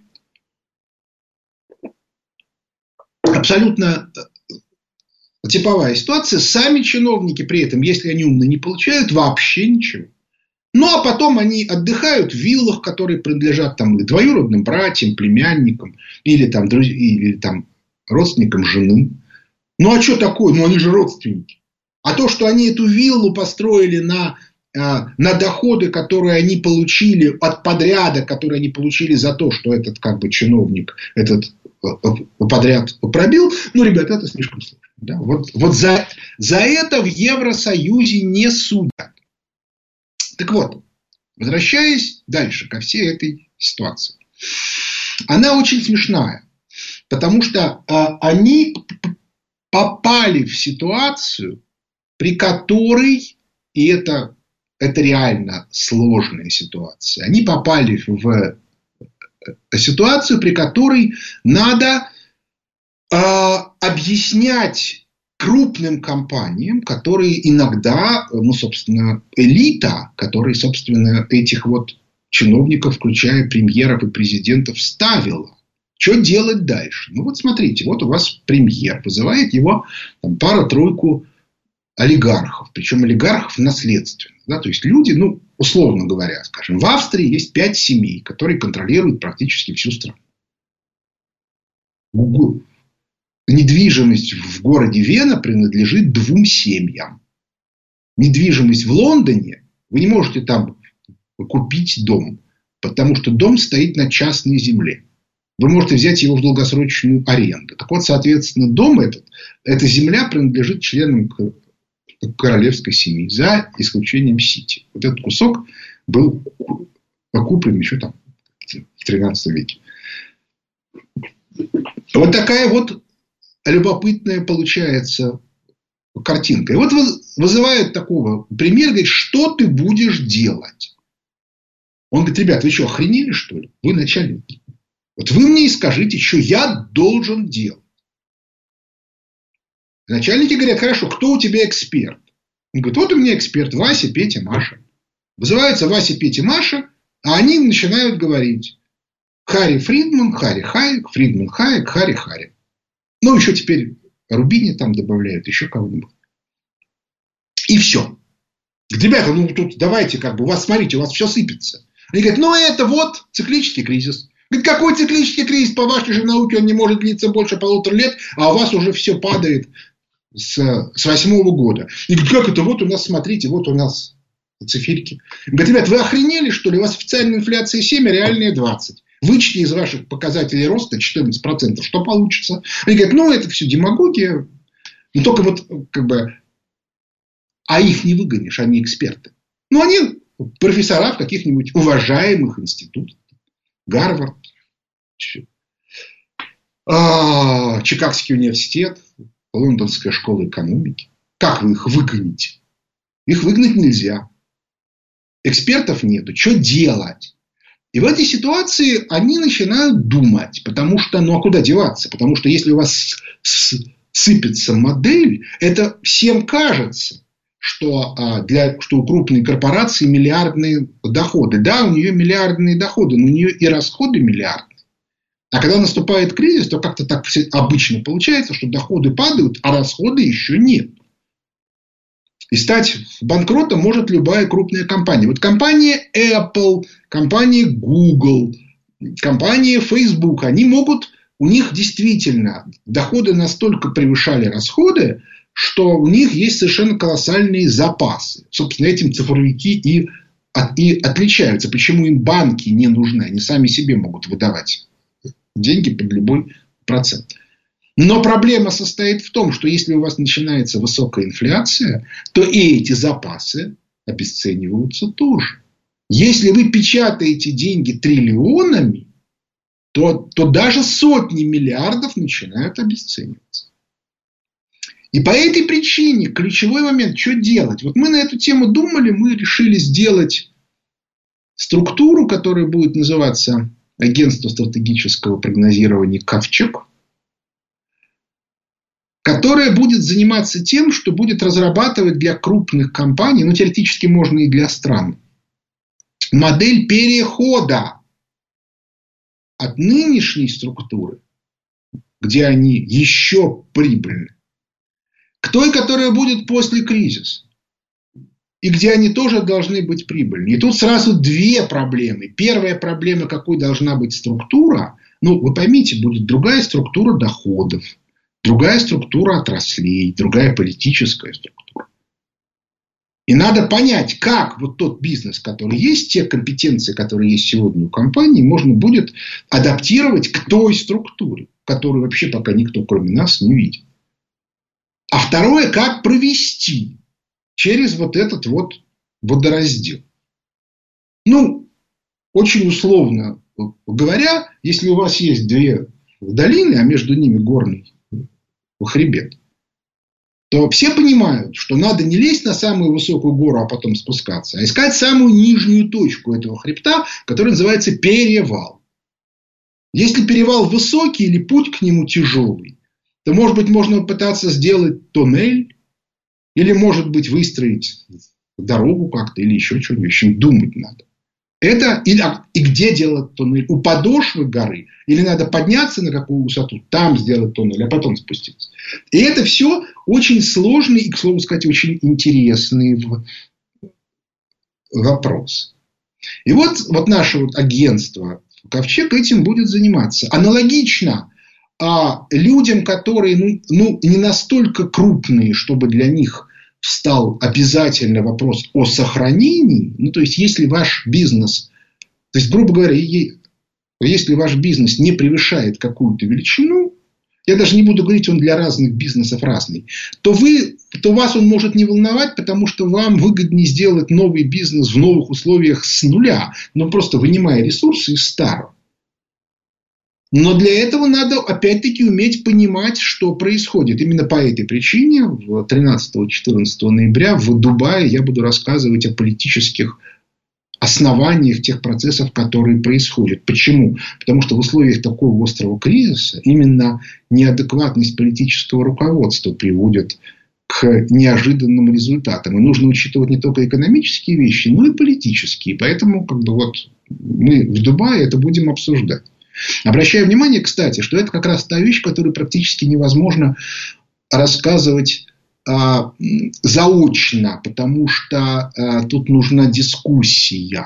абсолютно типовая ситуация. Сами чиновники при этом, если они умны, не получают вообще ничего. Ну, а потом они отдыхают в виллах, которые принадлежат там двоюродным братьям, племянникам или там, друз... или там родственникам жены. Ну, а что такое? Ну, они же родственники. А то, что они эту виллу построили на, на доходы, которые они получили от подряда, которые они получили за то, что этот как бы чиновник этот подряд пробил, ну, ребята, это слишком сложно. Да? Вот, вот за, за это в Евросоюзе не судят. Так вот, возвращаясь дальше ко всей этой ситуации. Она очень смешная, потому что а, они попали в ситуацию, при которой, и это, это реально сложная ситуация, они попали в ситуацию, при которой надо э, объяснять крупным компаниям, которые иногда, ну, собственно, элита, которые, собственно, этих вот чиновников, включая премьеров и президентов, ставила. Что делать дальше? Ну, вот смотрите, вот у вас премьер, вызывает его там, пара-тройку олигархов, причем олигархов наследственных. Да? То есть люди, ну, условно говоря, скажем, в Австрии есть пять семей, которые контролируют практически всю страну. Недвижимость в городе Вена принадлежит двум семьям. Недвижимость в Лондоне, вы не можете там купить дом, потому что дом стоит на частной земле. Вы можете взять его в долгосрочную аренду. Так вот, соответственно, дом этот, эта земля принадлежит членам королевской семьи, за исключением Сити. Вот этот кусок был куплен еще там в тринадцатом веке. Вот такая вот любопытная получается картинка. И вот вызывает такого пример, говорит, что ты будешь делать? Он говорит, ребят, вы что, охренели, что ли? Вы начальники. Вот вы мне и скажите, что я должен делать. Начальники говорят, хорошо, кто у тебя эксперт? Он говорит, вот у меня эксперт Вася, Петя, Маша. Вызываются Вася, Петя, Маша, а они начинают говорить Харри Фридман, Харри Хайек, Фридман Хайек, Харри Харри. Ну, еще теперь Рубини там добавляют, еще кого-нибудь. И все. Ребята, ну тут давайте, как бы, у вас, смотрите, у вас все сыпется. Они говорят, ну это вот циклический кризис. Говорит, какой циклический кризис? По вашей же науке он не может длиться больше полутора лет, а у вас уже все падает с, с восьмого года. И говорит, как это? Вот у нас, смотрите, вот у нас циферки. Говорит, ребят, вы охренели, что ли? У вас официальная инфляция семь, а реальная двадцать. Вычти из ваших показателей роста четырнадцать процентов. Что получится? Они говорят, ну это все демагогия. Но только вот как бы... А их не выгонишь, они эксперты. Ну, они профессора в каких-нибудь уважаемых институтах. Гарвард, Чикагский университет, Лондонская школа экономики. Как вы их выгоните? Их выгнать нельзя. Экспертов нету. Что делать? И в этой ситуации они начинают думать. Потому что, ну а куда деваться? Потому что если у вас сыпется модель, это всем кажется, что, для, что у крупной корпорации миллиардные доходы. Да, у нее миллиардные доходы, но у нее и расходы миллиардные. А когда наступает кризис, то как-то так обычно получается, что доходы падают, а расходы еще нет. И стать банкротом может любая крупная компания. Вот компания Apple, компания Google, компания Facebook, они могут, у них действительно доходы настолько превышали расходы, что у них есть совершенно колоссальные запасы. Собственно, этим цифровики и, и отличаются. Почему им банки не нужны? Они сами себе могут выдавать деньги под любой процент. Но проблема состоит в том, что если у вас начинается высокая инфляция, то и эти запасы обесцениваются тоже. Если вы печатаете деньги триллионами, то, то даже сотни миллиардов начинают обесцениваться. И по этой причине ключевой момент, что делать? Вот мы на эту тему думали, мы решили сделать структуру, которая будет называться Агентство стратегического прогнозирования «Ковчег», которая будет заниматься тем, что будет разрабатывать для крупных компаний, ну, теоретически можно и для стран, модель перехода от нынешней структуры, где они еще прибыльны, к той, которая будет после кризиса. И где они тоже должны быть прибыльны. И тут сразу две проблемы. Первая проблема, какой должна быть структура. Ну, вы поймите, будет другая структура доходов, другая структура отраслей, другая политическая структура. И надо понять, как вот тот бизнес, который есть, те компетенции, которые есть сегодня у компании, можно будет адаптировать к той структуре, которую вообще пока никто, кроме нас, не видит. А второе, как провести через вот этот вот водораздел. Ну, очень условно говоря, если у вас есть две долины, а между ними горный хребет, то все понимают, что надо не лезть на самую высокую гору, а потом спускаться, а искать самую нижнюю точку этого хребта, которая называется перевал. Если перевал высокий или путь к нему тяжелый, то, может быть, можно пытаться сделать тоннель, или, может быть, выстроить дорогу как-то, или еще что-нибудь. В общем, думать надо. Это и, и где делать тоннель? У подошвы горы? Или надо подняться на какую высоту, там сделать тоннель, а потом спуститься? И это все очень сложный и, к слову сказать, очень интересный вопрос. И вот, вот наше вот агентство «Ковчег» этим будет заниматься. Аналогично а людям, которые ну, ну, не настолько крупные, чтобы для них встал обязательно вопрос о сохранении. Ну, то есть, если ваш бизнес, то есть, грубо говоря, если ваш бизнес не превышает какую-то величину, я даже не буду говорить, он для разных бизнесов разный, то, вы, то вас он может не волновать, потому что вам выгоднее сделать новый бизнес в новых условиях с нуля, но просто вынимая ресурсы из старого. Но для этого надо, опять-таки, уметь понимать, что происходит. Именно по этой причине тринадцатого-четырнадцатого ноября в Дубае я буду рассказывать о политических основаниях тех процессов, которые происходят. Почему? Потому что в условиях такого острого кризиса именно неадекватность политического руководства приводит к неожиданным результатам. И нужно учитывать не только экономические вещи, но и политические. Поэтому как бы, вот, мы в Дубае это будем обсуждать. Обращаю внимание, кстати, что это как раз та вещь, которую практически невозможно рассказывать а, заочно, потому что а, тут нужна дискуссия.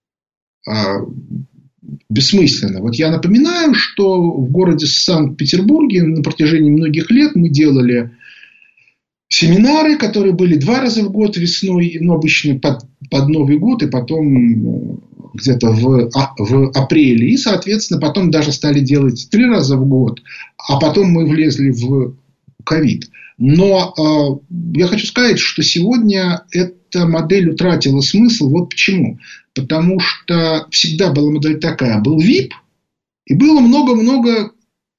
А, бессмысленно. Вот я напоминаю, что в городе Санкт-Петербурге на протяжении многих лет мы делали семинары, которые были два раза в год весной, ну, обычно под, под Новый год, и потом где-то в, в апреле. И, соответственно, потом даже стали делать три раза в год. А потом мы влезли в ковид. Но э, я хочу сказать, что сегодня эта модель утратила смысл. Вот почему. Потому что всегда была модель такая. Был ви ай пи, и было много-много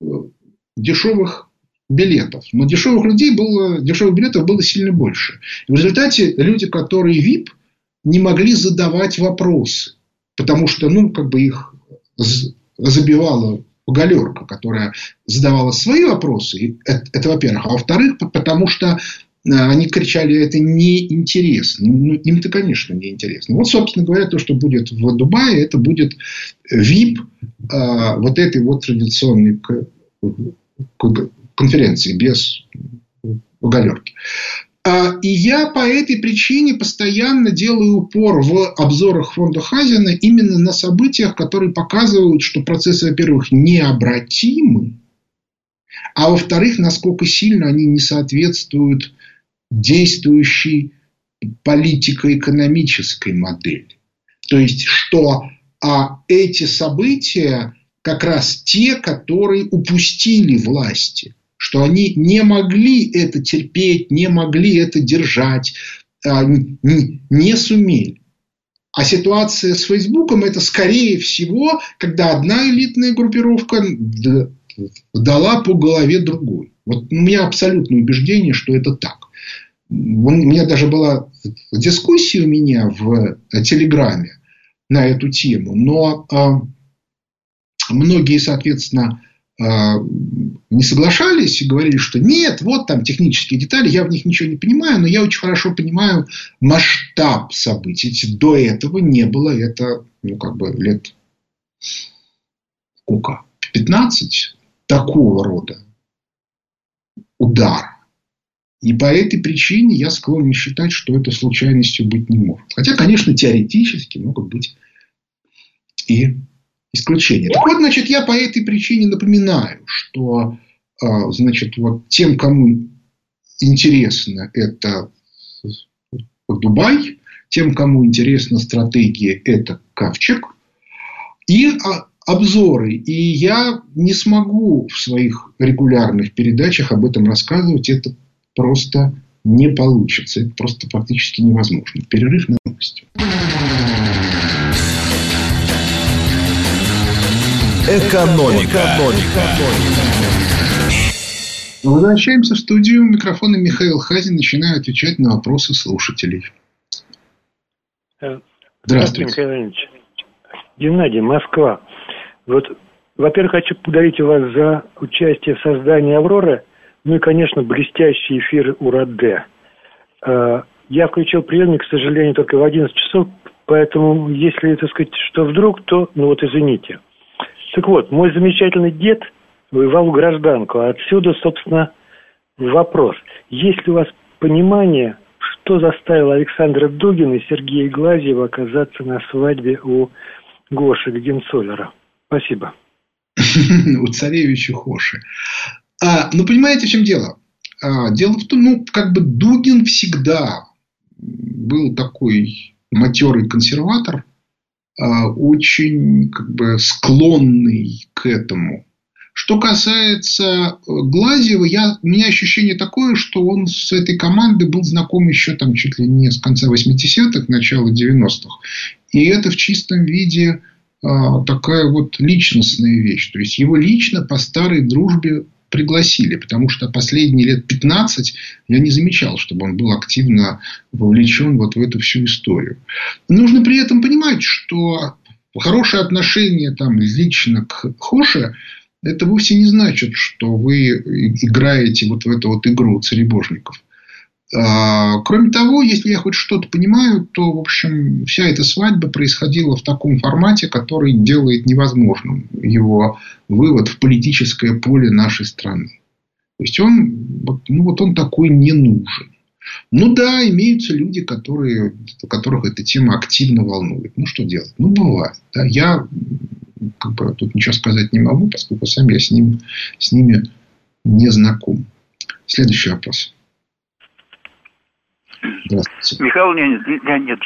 дешевых билетов. Но дешевых людей было, дешевых билетов было сильно больше. И в результате люди, которые ви ай пи, не могли задавать вопросы. Потому что, ну, как бы их забивала галерка, которая задавала свои вопросы. Это, это во-первых. А во-вторых, потому что они кричали, это неинтересно. Ну, им-то, конечно, неинтересно. Вот, собственно говоря, то, что будет в Дубае, это будет ви ай пи а, вот этой вот традиционной конференции без галерки. И я по этой причине постоянно делаю упор в обзорах фонда Хазина именно на событиях, которые показывают, что процессы, во-первых, необратимы, а во-вторых, насколько сильно они не соответствуют действующей политико-экономической модели. То есть, что а эти события как раз те, которые упустили власти. Что они не могли это терпеть, не могли это держать, не сумели. А ситуация с Фейсбуком – это, скорее всего, когда одна элитная группировка дала по голове другой. Вот у меня абсолютное убеждение, что это так. У меня даже была дискуссия у меня в Телеграме на эту тему. Но многие, соответственно, не соглашались и говорили, что нет, вот там технические детали, я в них ничего не понимаю, но я очень хорошо понимаю масштаб событий. До этого не было это, ну, как бы лет сколько? пятнадцать такого рода удар. И по этой причине я склонен считать, что это случайностью быть не может. Хотя, конечно, теоретически могут быть и исключения. Так вот, значит, я по этой причине напоминаю, что, значит, вот тем, кому интересно это Дубай, тем, кому интересна стратегия, это Ковчег, и обзоры. И я не смогу в своих регулярных передачах об этом рассказывать. Это просто не получится. Это просто фактически невозможно. Перерыв на новости. Экономика. Экономика. Возвращаемся в студию. Микрофон и Михаил Хазин. Начинаю отвечать на вопросы слушателей. Здравствуйте, Михаил Ильич. Геннадий, Москва. Вот, во-первых, хочу поблагодарить вас за участие в создании «Авроры». Ну и, конечно, блестящий эфир УРАД. Я включил приемник, к сожалению, только в одиннадцать часов. Поэтому, если, так сказать, что вдруг, то, ну вот, извините. Так вот, мой замечательный дед воевал в гражданку. А отсюда, собственно, вопрос. Есть ли у вас понимание, что заставило Александра Дугина и Сергея Глазьева оказаться на свадьбе у Гоши Генцоллера? Спасибо. У царевича Хоши. А, ну, понимаете, в чем дело? А, дело в том, ну, как бы Дугин всегда был такой матерый консерватор, а, очень как бы склонный к этому, Что касается Глазьева, я, у меня ощущение такое, что он с этой командой был знаком еще там, чуть ли не с конца восьмидесятых, начала девяностых. И это в чистом виде а, такая вот личностная вещь. То есть, его лично по старой дружбе пригласили. Потому что последние лет пятнадцать я не замечал, чтобы он был активно вовлечен вот в эту всю историю. Нужно при этом понимать, что хорошее отношение там, лично к Хоше — это вовсе не значит, что вы играете вот в эту вот игру царебожников. А, кроме того, если я хоть что-то понимаю, то, в общем, вся эта свадьба происходила в таком формате, который делает невозможным его вывод в политическое поле нашей страны. То есть, он, ну, вот он такой не нужен. Ну да, имеются люди, которые, которых эта тема активно волнует. Ну, что делать? Ну, бывает. Да? Я как бы, тут ничего сказать не могу, поскольку сам я с, ним, с ними не знаком. Следующий вопрос. Здравствуйте. Михаил Леонидович,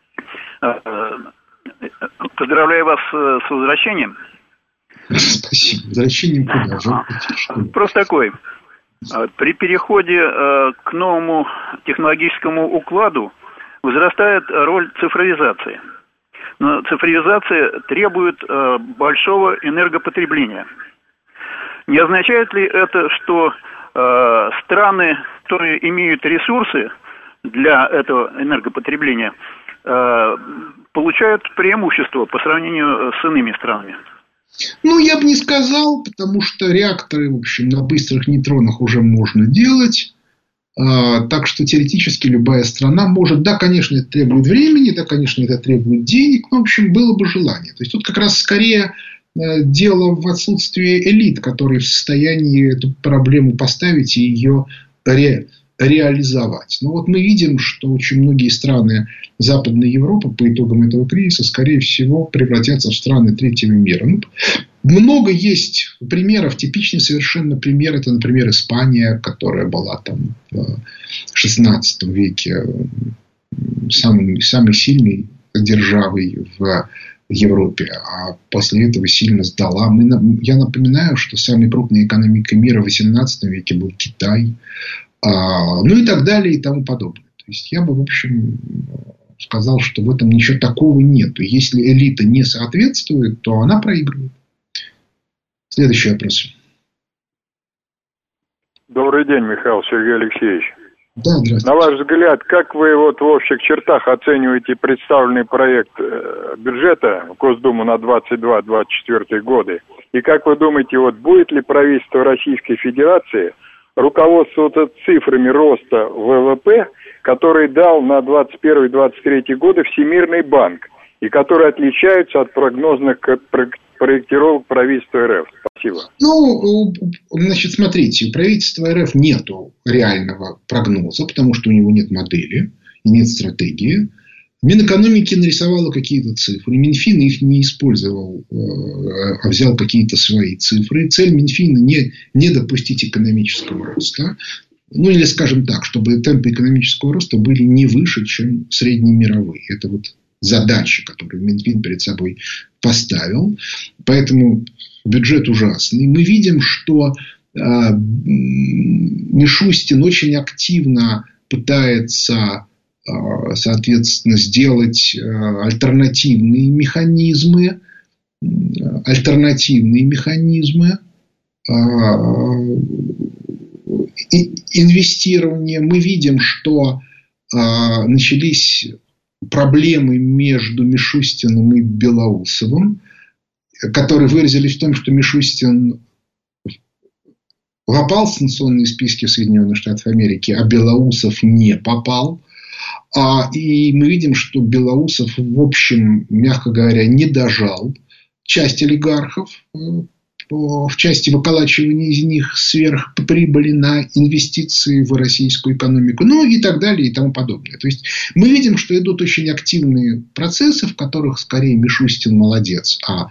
поздравляю вас с возвращением. Спасибо. Возвращением куда? Же? Просто такой. При переходе к новому технологическому укладу возрастает роль цифровизации. Но цифровизация требует большого энергопотребления. Не означает ли это, что страны, которые имеют ресурсы для этого энергопотребления, получают преимущество по сравнению с иными странами? Ну, я бы не сказал, потому что реакторы, в общем, на быстрых нейтронах уже можно делать. А, так что теоретически любая страна может. Да, конечно, это требует времени, да, конечно, это требует денег, но, в общем, было бы желание. То есть, тут как раз скорее э, дело в отсутствии элит, которые в состоянии эту проблему поставить и ее ре, реализовать. Но вот мы видим, что очень многие страны Западной Европы по итогам этого кризиса, скорее всего, превратятся в страны третьего мира. Ну, много есть примеров. Типичный совершенно пример — это, например, Испания, которая была там в шестнадцатом веке самой, самой сильной державой в Европе, а после этого сильно сдала. Мы, я напоминаю, что самой крупной экономикой мира в восемнадцатом веке был Китай. А, ну и так далее и тому подобное. То есть, я бы, в общем, сказал, что в этом ничего такого нет. Если элита не соответствует, то она проигрывает. Следующий вопрос. Добрый день, Михаил Сергей Алексеевич. Да, здравствуйте. На ваш взгляд, как вы вот в общих чертах оцениваете представленный проект бюджета в Госдуму на двадцать два — двадцать четвёртый годы? И как вы думаете, вот будет ли правительство Российской Федерации руководствоваться цифрами роста ВВП, который дал на двадцать первый — двадцать третий годы Всемирный банк, и которые отличаются от прогнозных проектировок правительства РФ? Спасибо. Ну, значит, смотрите, у правительства РФ нету реального прогноза, потому что у него нет модели и нет стратегии. Минэкономики нарисовала какие-то цифры. Минфин их не использовал, а взял какие-то свои цифры. Цель Минфина не, не допустить экономического роста. Ну, или, скажем так, чтобы темпы экономического роста были не выше, чем среднемировые. Это вот задача, которую Минфин перед собой поставил. Поэтому бюджет ужасный. Мы видим, что э, Мишустин очень активно пытается, соответственно, сделать альтернативные механизмы, альтернативные механизмы инвестирования. Мы видим, что начались проблемы между Мишустиным и Белоусовым, которые выразились в том, что Мишустин попал в санкционные списки Соединенных Штатов Америки, а Белоусов не попал. А, и мы видим, что Белоусов, в общем, мягко говоря, не дожал часть олигархов в части выколачивания из них сверхприбыли на инвестиции в российскую экономику, ну и так далее и тому подобное. То есть, мы видим, что идут очень активные процессы, в которых скорее Мишустин молодец, а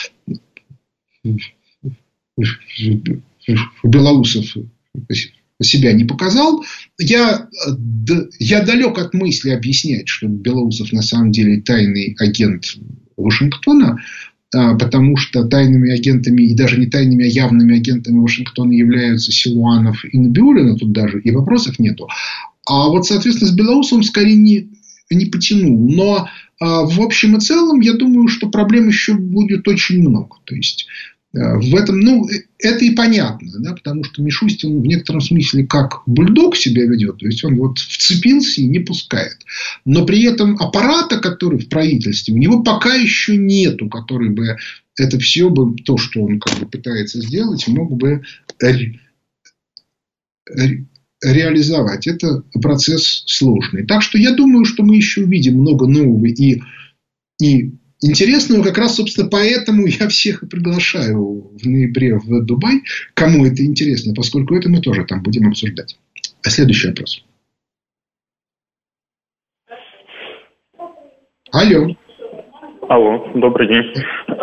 Белоусов себя не показал. Я, я далек от мысли объяснять, что Белоусов на самом деле тайный агент Вашингтона. потому что тайными агентами, и даже не тайными, а явными агентами Вашингтона являются Силуанов и Набиуллина, тут даже и вопросов нету. А вот, соответственно, с Белоусовым он скорее не, не потянул. Но в общем и целом, я думаю, что проблем еще будет очень много. То есть, в этом, ну, это и понятно, да, потому что Мишустин в некотором смысле как бульдог себя ведет, то есть он вот вцепился и не пускает. Но при этом аппарата, который в правительстве, у него пока еще нету, который бы это все, бы, то, что он как бы пытается сделать, мог бы ре- ре- реализовать. Это процесс сложный. Так что я думаю, что мы еще увидим много нового и, и интересного. Как раз, собственно, поэтому я всех и приглашаю в ноябре в Дубай, кому это интересно, поскольку это мы тоже там будем обсуждать. А следующий вопрос. Алло. Алло, добрый день.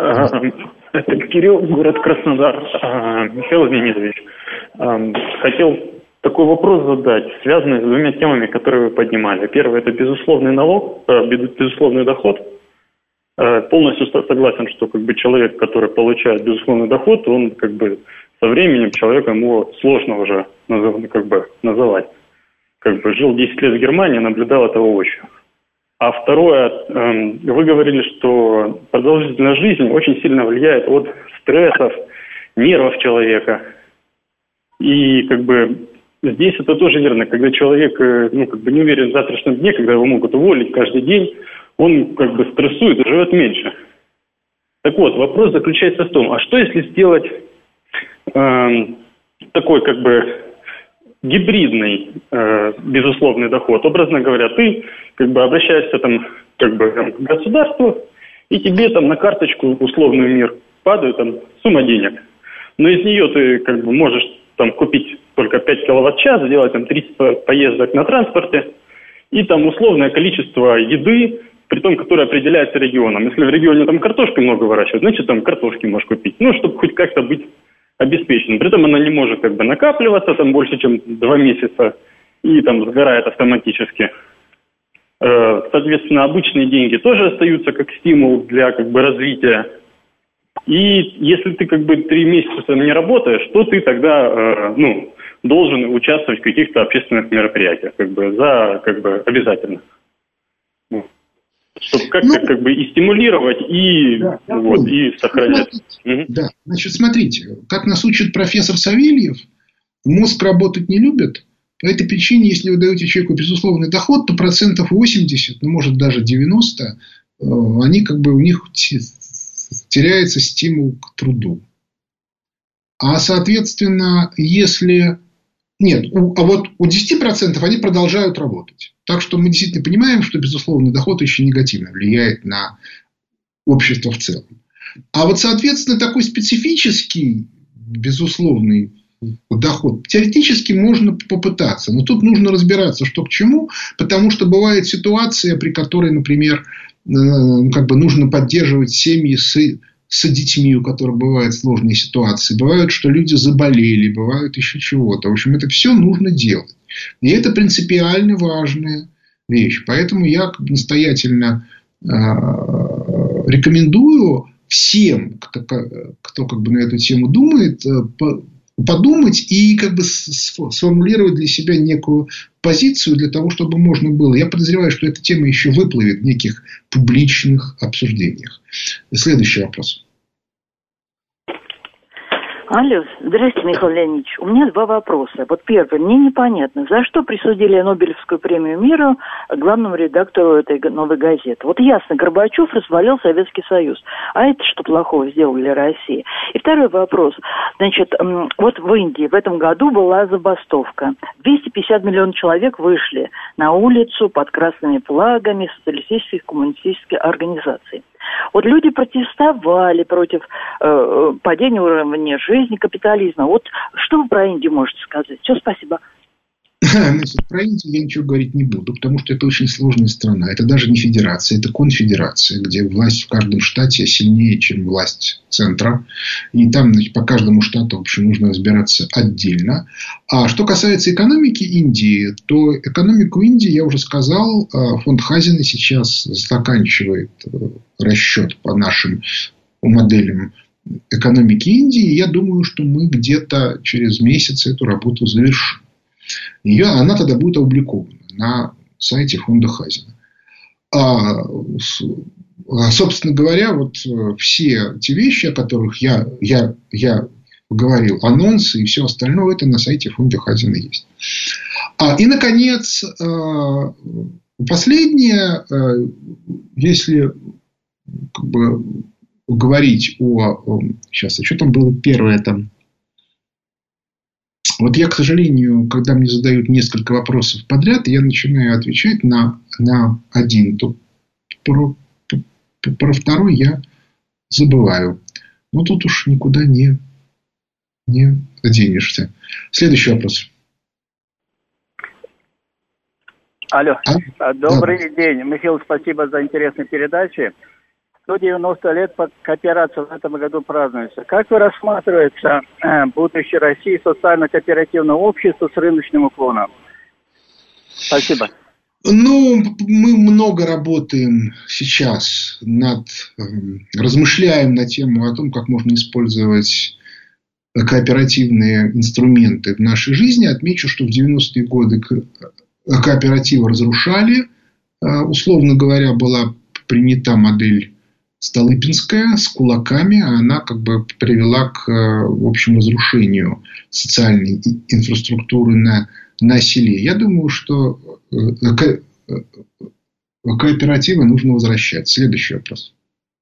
Это Кирилл, город Краснодар. Михаил Леонидович, хотел такой вопрос задать, связанный с двумя темами, которые вы поднимали. Первый – это безусловный налог, безусловный доход. Полностью согласен, что как бы человек, который получает безусловный доход, он как бы со временем человеком его сложно уже назов, как бы, называть. Как бы жил десять лет в Германии, наблюдал это воочию. А второе, вы говорили, что продолжительность жизни очень сильно влияет от стрессов, нервов человека. И как бы здесь это тоже верно, когда человек, ну, как бы не уверен в завтрашнем дне, когда его могут уволить каждый день, он как бы стрессует и живет меньше. Так вот, вопрос заключается в том, а что если сделать э, такой как бы гибридный э, безусловный доход? Образно говоря, ты как бы обращаешься там как бы там, к государству, и тебе там на карточку условный мир падает там сумма денег. Но из нее ты как бы можешь там купить только пять киловатт-час, сделать там тридцать поездок на транспорте, и там условное количество еды, при том, которое определяется регионом. Если в регионе там картошки много выращивают, значит там картошки можешь купить. Ну, чтобы хоть как-то быть обеспеченным. При этом она не может как бы накапливаться там больше, чем два месяца, и там сгорает автоматически. Соответственно, обычные деньги тоже остаются как стимул для как бы развития. И если ты как бы три месяца не работаешь, то ты тогда ну, должен участвовать в каких-то общественных мероприятиях, как бы за как бы обязательно. Чтобы как-то ну, как бы и стимулировать, и, да, вот, и сохранять. Угу. Да, значит, смотрите, как нас учит профессор Савельев, мозг работать не любит. По этой причине, если вы даете человеку безусловный доход, то процентов восемьдесят, ну, может, даже девяносто, они как бы у них теряется стимул к труду. А, соответственно, если... Нет, у, а вот у десяти процентов они продолжают работать. Так что мы действительно понимаем, что безусловный доход очень негативно влияет на общество в целом. А вот, соответственно, такой специфический безусловный доход теоретически можно попытаться. Но тут нужно разбираться, что к чему. Потому что бывает ситуация, при которой, например, ну, как бы нужно поддерживать семьи с... с детьми, у которых бывают сложные ситуации. Бывает, что люди заболели, бывает еще чего-то. В общем, это все нужно делать. И это принципиально важная вещь. Поэтому я настоятельно э, рекомендую всем, кто, кто как бы на эту тему думает, э, подумать и как бы сформулировать для себя некую позицию для того, чтобы можно было. Я подозреваю, что эта тема еще выплывет в неких публичных обсуждениях. Следующий вопрос. Алло, здрасте, Михаил Леонидович. У меня два вопроса. Вот первый. Мне непонятно, за что присудили Нобелевскую премию мира главному редактору этой новой газеты. Вот ясно, Горбачев развалил Советский Союз. А это что плохого сделали для России? И второй вопрос. Значит, вот в Индии в этом году была забастовка. двести пятьдесят миллионов человек вышли на улицу под красными флагами социалистических коммунистических организаций. Вот люди протестовали против э, падения уровня жизни, капитализма. Вот что вы про Индию можете сказать? Все, спасибо. Значит, про Индию я ничего говорить не буду, потому что это очень сложная страна. Это даже не федерация, это конфедерация, где власть в каждом штате сильнее, чем власть центра. И там, значит, по каждому штату, в общем, нужно разбираться отдельно. А что касается экономики Индии, то экономику Индии, я уже сказал, фонд Хазина сейчас заканчивает расчет по нашим моделям экономики Индии. Я думаю, что мы где-то через месяц эту работу завершим. Ее, она тогда будет опубликована на сайте фонда Хазина. А, собственно говоря, вот все те вещи, о которых я, я, я говорил, анонсы и все остальное, это на сайте фонда Хазина есть. А, и, наконец, последнее, если как бы говорить о... Сейчас, а что там было первое там? Вот я, к сожалению, когда мне задают несколько вопросов подряд, я начинаю отвечать на, на один, то про, про второй я забываю. Но тут уж никуда не, не денешься. Следующий вопрос. Алло. А? Добрый Да. день. Михаил, спасибо за интересные передачи. сто девяносто лет по кооперации в этом году празднуется. Как вы рассматриваете э, будущее России социально-кооперативного общества с рыночным уклоном? Спасибо. Ну, мы много работаем сейчас над, э, размышляем на тему о том, как можно использовать кооперативные инструменты в нашей жизни. Отмечу, что в девяностые годы кооперативы разрушали. Э, условно говоря, была принята модель Столыпинская с кулаками, а она как бы привела к, в общем, разрушению социальной инфраструктуры на, на селе. Я думаю, что ко- кооперативы нужно возвращать. Следующий вопрос.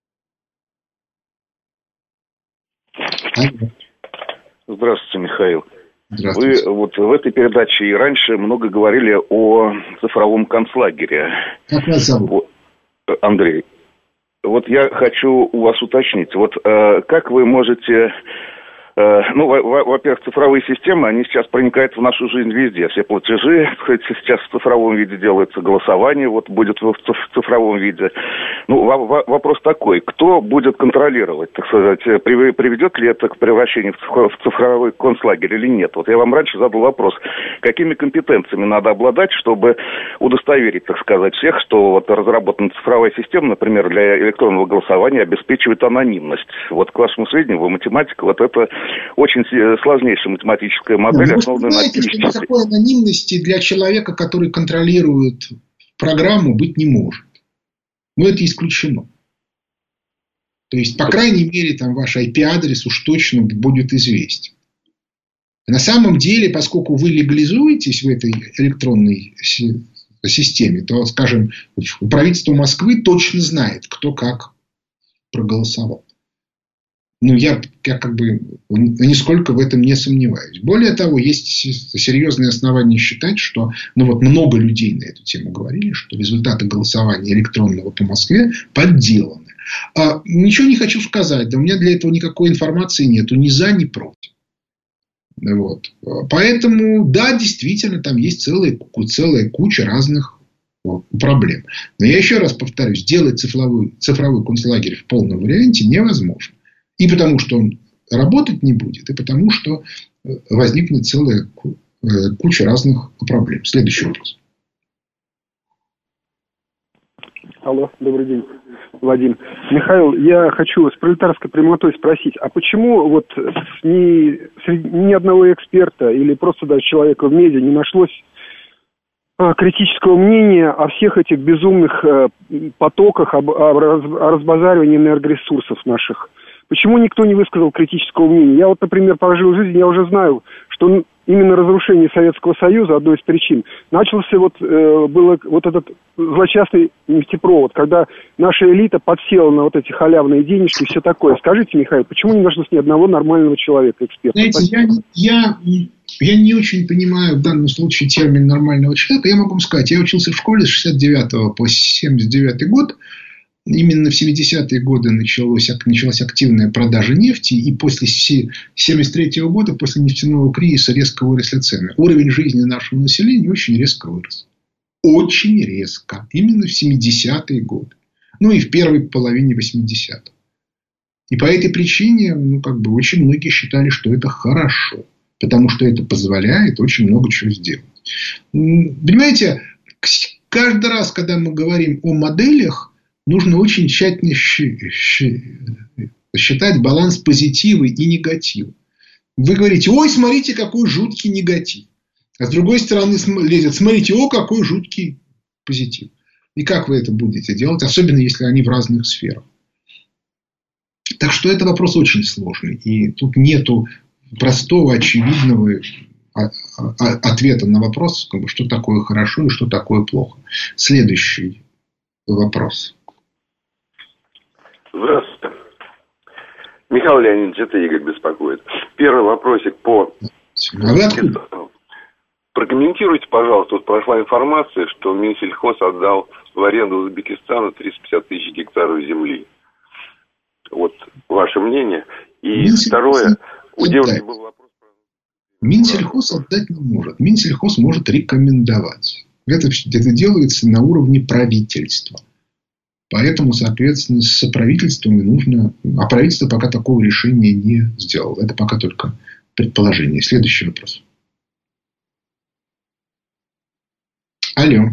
Здравствуйте, Михаил. Здравствуйте. Вы вот в этой передаче и раньше много говорили о цифровом концлагере. Как вас зовут? Андрей. Вот я хочу у вас уточнить, вот э, как вы можете, э, ну, во- во-первых, цифровые системы, они сейчас проникают в нашу жизнь везде, все платежи, хоть сейчас в цифровом виде делается, голосование вот будет в цифровом виде. Ну, во- во- вопрос такой, кто будет контролировать, так сказать, при- приведет ли это к превращению в цифровой, в цифровой концлагерь или нет? Вот я вам раньше задал вопрос, какими компетенциями надо обладать, чтобы удостоверить, так сказать, всех, что вот разработана цифровая система, например, для электронного голосования обеспечивает анонимность. Вот к вашему сведению, вы математика, вот это очень сложнейшая математическая модель, Вы основанная на знаете, что численности. никакой анонимности для человека, который контролирует программу, быть не может. Но это исключено. То есть, по крайней мере, там ваш ай пи-адрес уж точно будет известен. На самом деле, поскольку вы легализуетесь в этой электронной системе, то, скажем, правительство Москвы точно знает, кто как проголосовал. Ну, я, я как бы нисколько в этом не сомневаюсь. Более того, есть серьезные основания считать, что, ну вот много людей на эту тему говорили, что результаты голосования электронного по Москве подделаны. А, ничего не хочу сказать, да у меня для этого никакой информации нету, ни за, ни против. Вот. Поэтому, да, действительно, там есть целая, целая куча разных вот, проблем. Но я еще раз повторюсь, сделать цифровой, цифровой концлагерь в полном варианте невозможно. И потому, что он работать не будет, и потому, что возникнет целая куча разных проблем. Следующий вопрос. Алло, добрый день, Вадим. Михаил, я хочу с пролетарской прямотой спросить, а почему вот ни, среди, ни одного эксперта или просто даже человека в медиа не нашлось а, критического мнения о всех этих безумных а, потоках, об, о, раз, о разбазаривании энергоресурсов наших? Почему никто не высказал критического мнения? Я вот, например, прожил жизнь, я уже знаю, что именно разрушение Советского Союза, одной из причин, начался вот, э, было вот этот злочастный нефтепровод, когда наша элита подсела на вот эти халявные денежки и все такое. Скажите, Михаил, почему не нашлось ни одного нормального человека, эксперта? Знаете, я, я, я не очень понимаю в данном случае термин нормального человека. Я могу вам сказать, я учился в школе с шестьдесят девятого по семьдесят девятый год. Именно в семидесятые годы началось, началась активная продажа нефти, и после семьдесят третьего года, после нефтяного кризиса, резко выросли цены. Уровень жизни нашего населения очень резко вырос. Очень резко. Именно в семидесятые годы. Ну и в первой половине восьмидесятых. И по этой причине, ну, как бы, очень многие считали, что это хорошо. Потому что это позволяет очень много чего сделать. Понимаете, каждый раз, когда мы говорим о моделях, нужно очень тщательно Считать баланс позитива и негатива. Вы говорите, ой, смотрите, какой жуткий негатив. А с другой стороны лезет, смотрите, о, какой жуткий позитив. И как вы это будете делать, особенно если они в разных сферах. Так что это вопрос очень сложный. И тут нету простого, очевидного ответа на вопрос, что такое хорошо и что такое плохо. Следующий вопрос. Здравствуйте. Михаил Леонидович, это Игорь беспокоит. Первый вопросик по... Прокомментируйте, пожалуйста, вот прошла информация, что Минсельхоз отдал в аренду Узбекистану триста пятьдесят тысяч гектаров земли. Вот ваше мнение. И Минсельхоз второе, у девушки был вопрос... Минсельхоз отдать не может. Минсельхоз может рекомендовать. Это, это делается на уровне правительства. Поэтому, соответственно, с правительством и нужно... А правительство пока такого решения не сделало. Это пока только предположение. Следующий вопрос. Алло.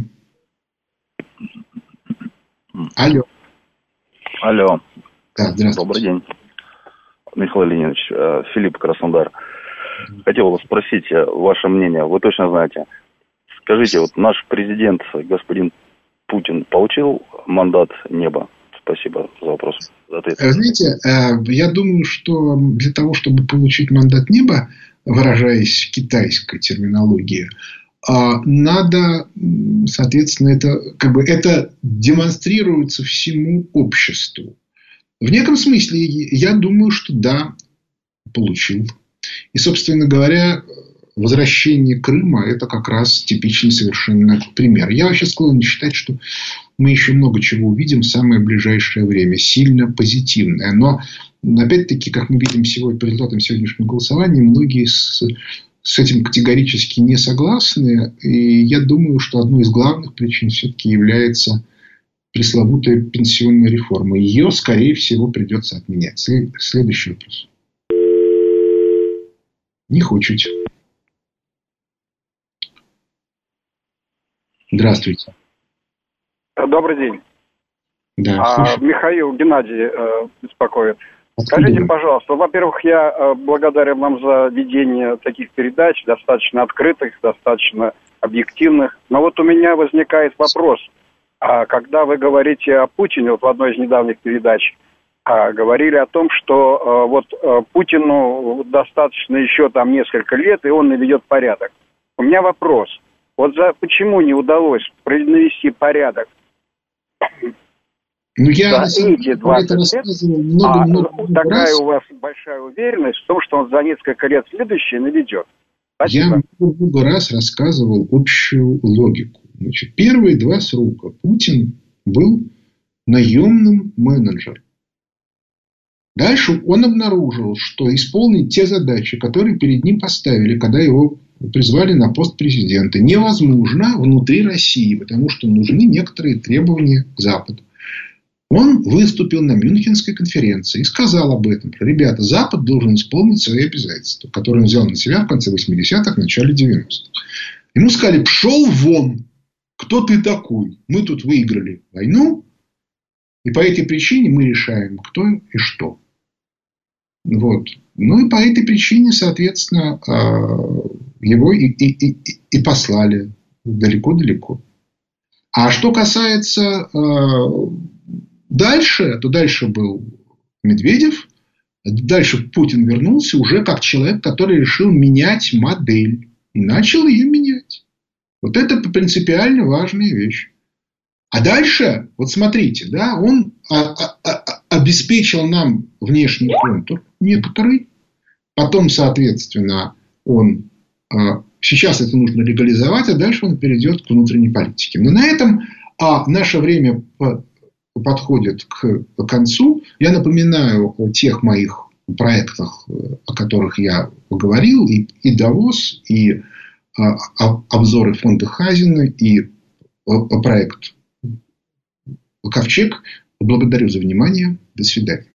Алло. Алло. Да, здравствуйте. Добрый день. Михаил Леонидович, Филипп, Краснодар. Хотел вас спросить ваше мнение. Вы точно знаете. Скажите, вот наш президент, господин Путин, получил мандат неба? Спасибо за вопрос. За ответ. Знаете, я думаю, что для того, чтобы получить мандат неба, выражаясь в китайской терминологии, надо, соответственно, это, как бы, это демонстрируется всему обществу. В неком смысле, я думаю, что да, получил. И, собственно говоря, возвращение Крыма – это как раз типичный совершенно пример. Я вообще склонен считать, что мы еще много чего увидим в самое ближайшее время. Сильно позитивное. Но, опять-таки, как мы видим сегодня по результатам сегодняшнего голосования, многие с, с этим категорически не согласны. И я думаю, что одной из главных причин все-таки является пресловутая пенсионная реформа. Ее, скорее всего, придется отменять. Следующий вопрос. Не хочет. Здравствуйте. Добрый день. Да, а, Михаил, Геннадий э, беспокоит. Скажите, пожалуйста, во-первых, я э, благодарен вам за ведение таких передач, достаточно открытых, достаточно объективных. Но вот у меня возникает вопрос. А, когда вы говорите о Путине, вот в одной из недавних передач, а, говорили о том, что а, вот а, Путину достаточно еще там несколько лет, и он наведет порядок. У меня вопрос. Вот за, почему не удалось навести порядок? Ну, я за эти двадцать лет, много, а много, такая раз. У вас большая уверенность в том, что он за несколько лет следующее наведет. Спасибо. Я много раз рассказывал общую логику. Значит, первые два срока Путин был наемным менеджером. Дальше он обнаружил, что исполнить те задачи, которые перед ним поставили, когда его призвали на пост президента, невозможно внутри России, потому что нужны некоторые требования к Западу. Он выступил на Мюнхенской конференции и сказал об этом. Ребята, Запад должен исполнить свои обязательства, которые он взял на себя в конце восьмидесятых, начале девяностых. Ему сказали, пшел вон, кто ты такой? Мы тут выиграли войну, и по этой причине мы решаем, кто и что. Вот. Ну и по этой причине, соответственно, его и, и, и, и послали далеко-далеко. А что касается дальше, то дальше был Медведев. Дальше Путин вернулся уже как человек, который решил менять модель. И начал ее менять. Вот это принципиально важная вещь. А дальше, вот смотрите, да, он обеспечил нам внешний контур некоторый. Потом, соответственно, он... Сейчас это нужно легализовать, а дальше он перейдет к внутренней политике. Но на этом а, наше время подходит к концу. Я напоминаю о тех моих проектах, о которых я говорил. И, и Давос, и а, обзоры фонда Хазина, и а, проект Ковчег. Благодарю за внимание. До свидания.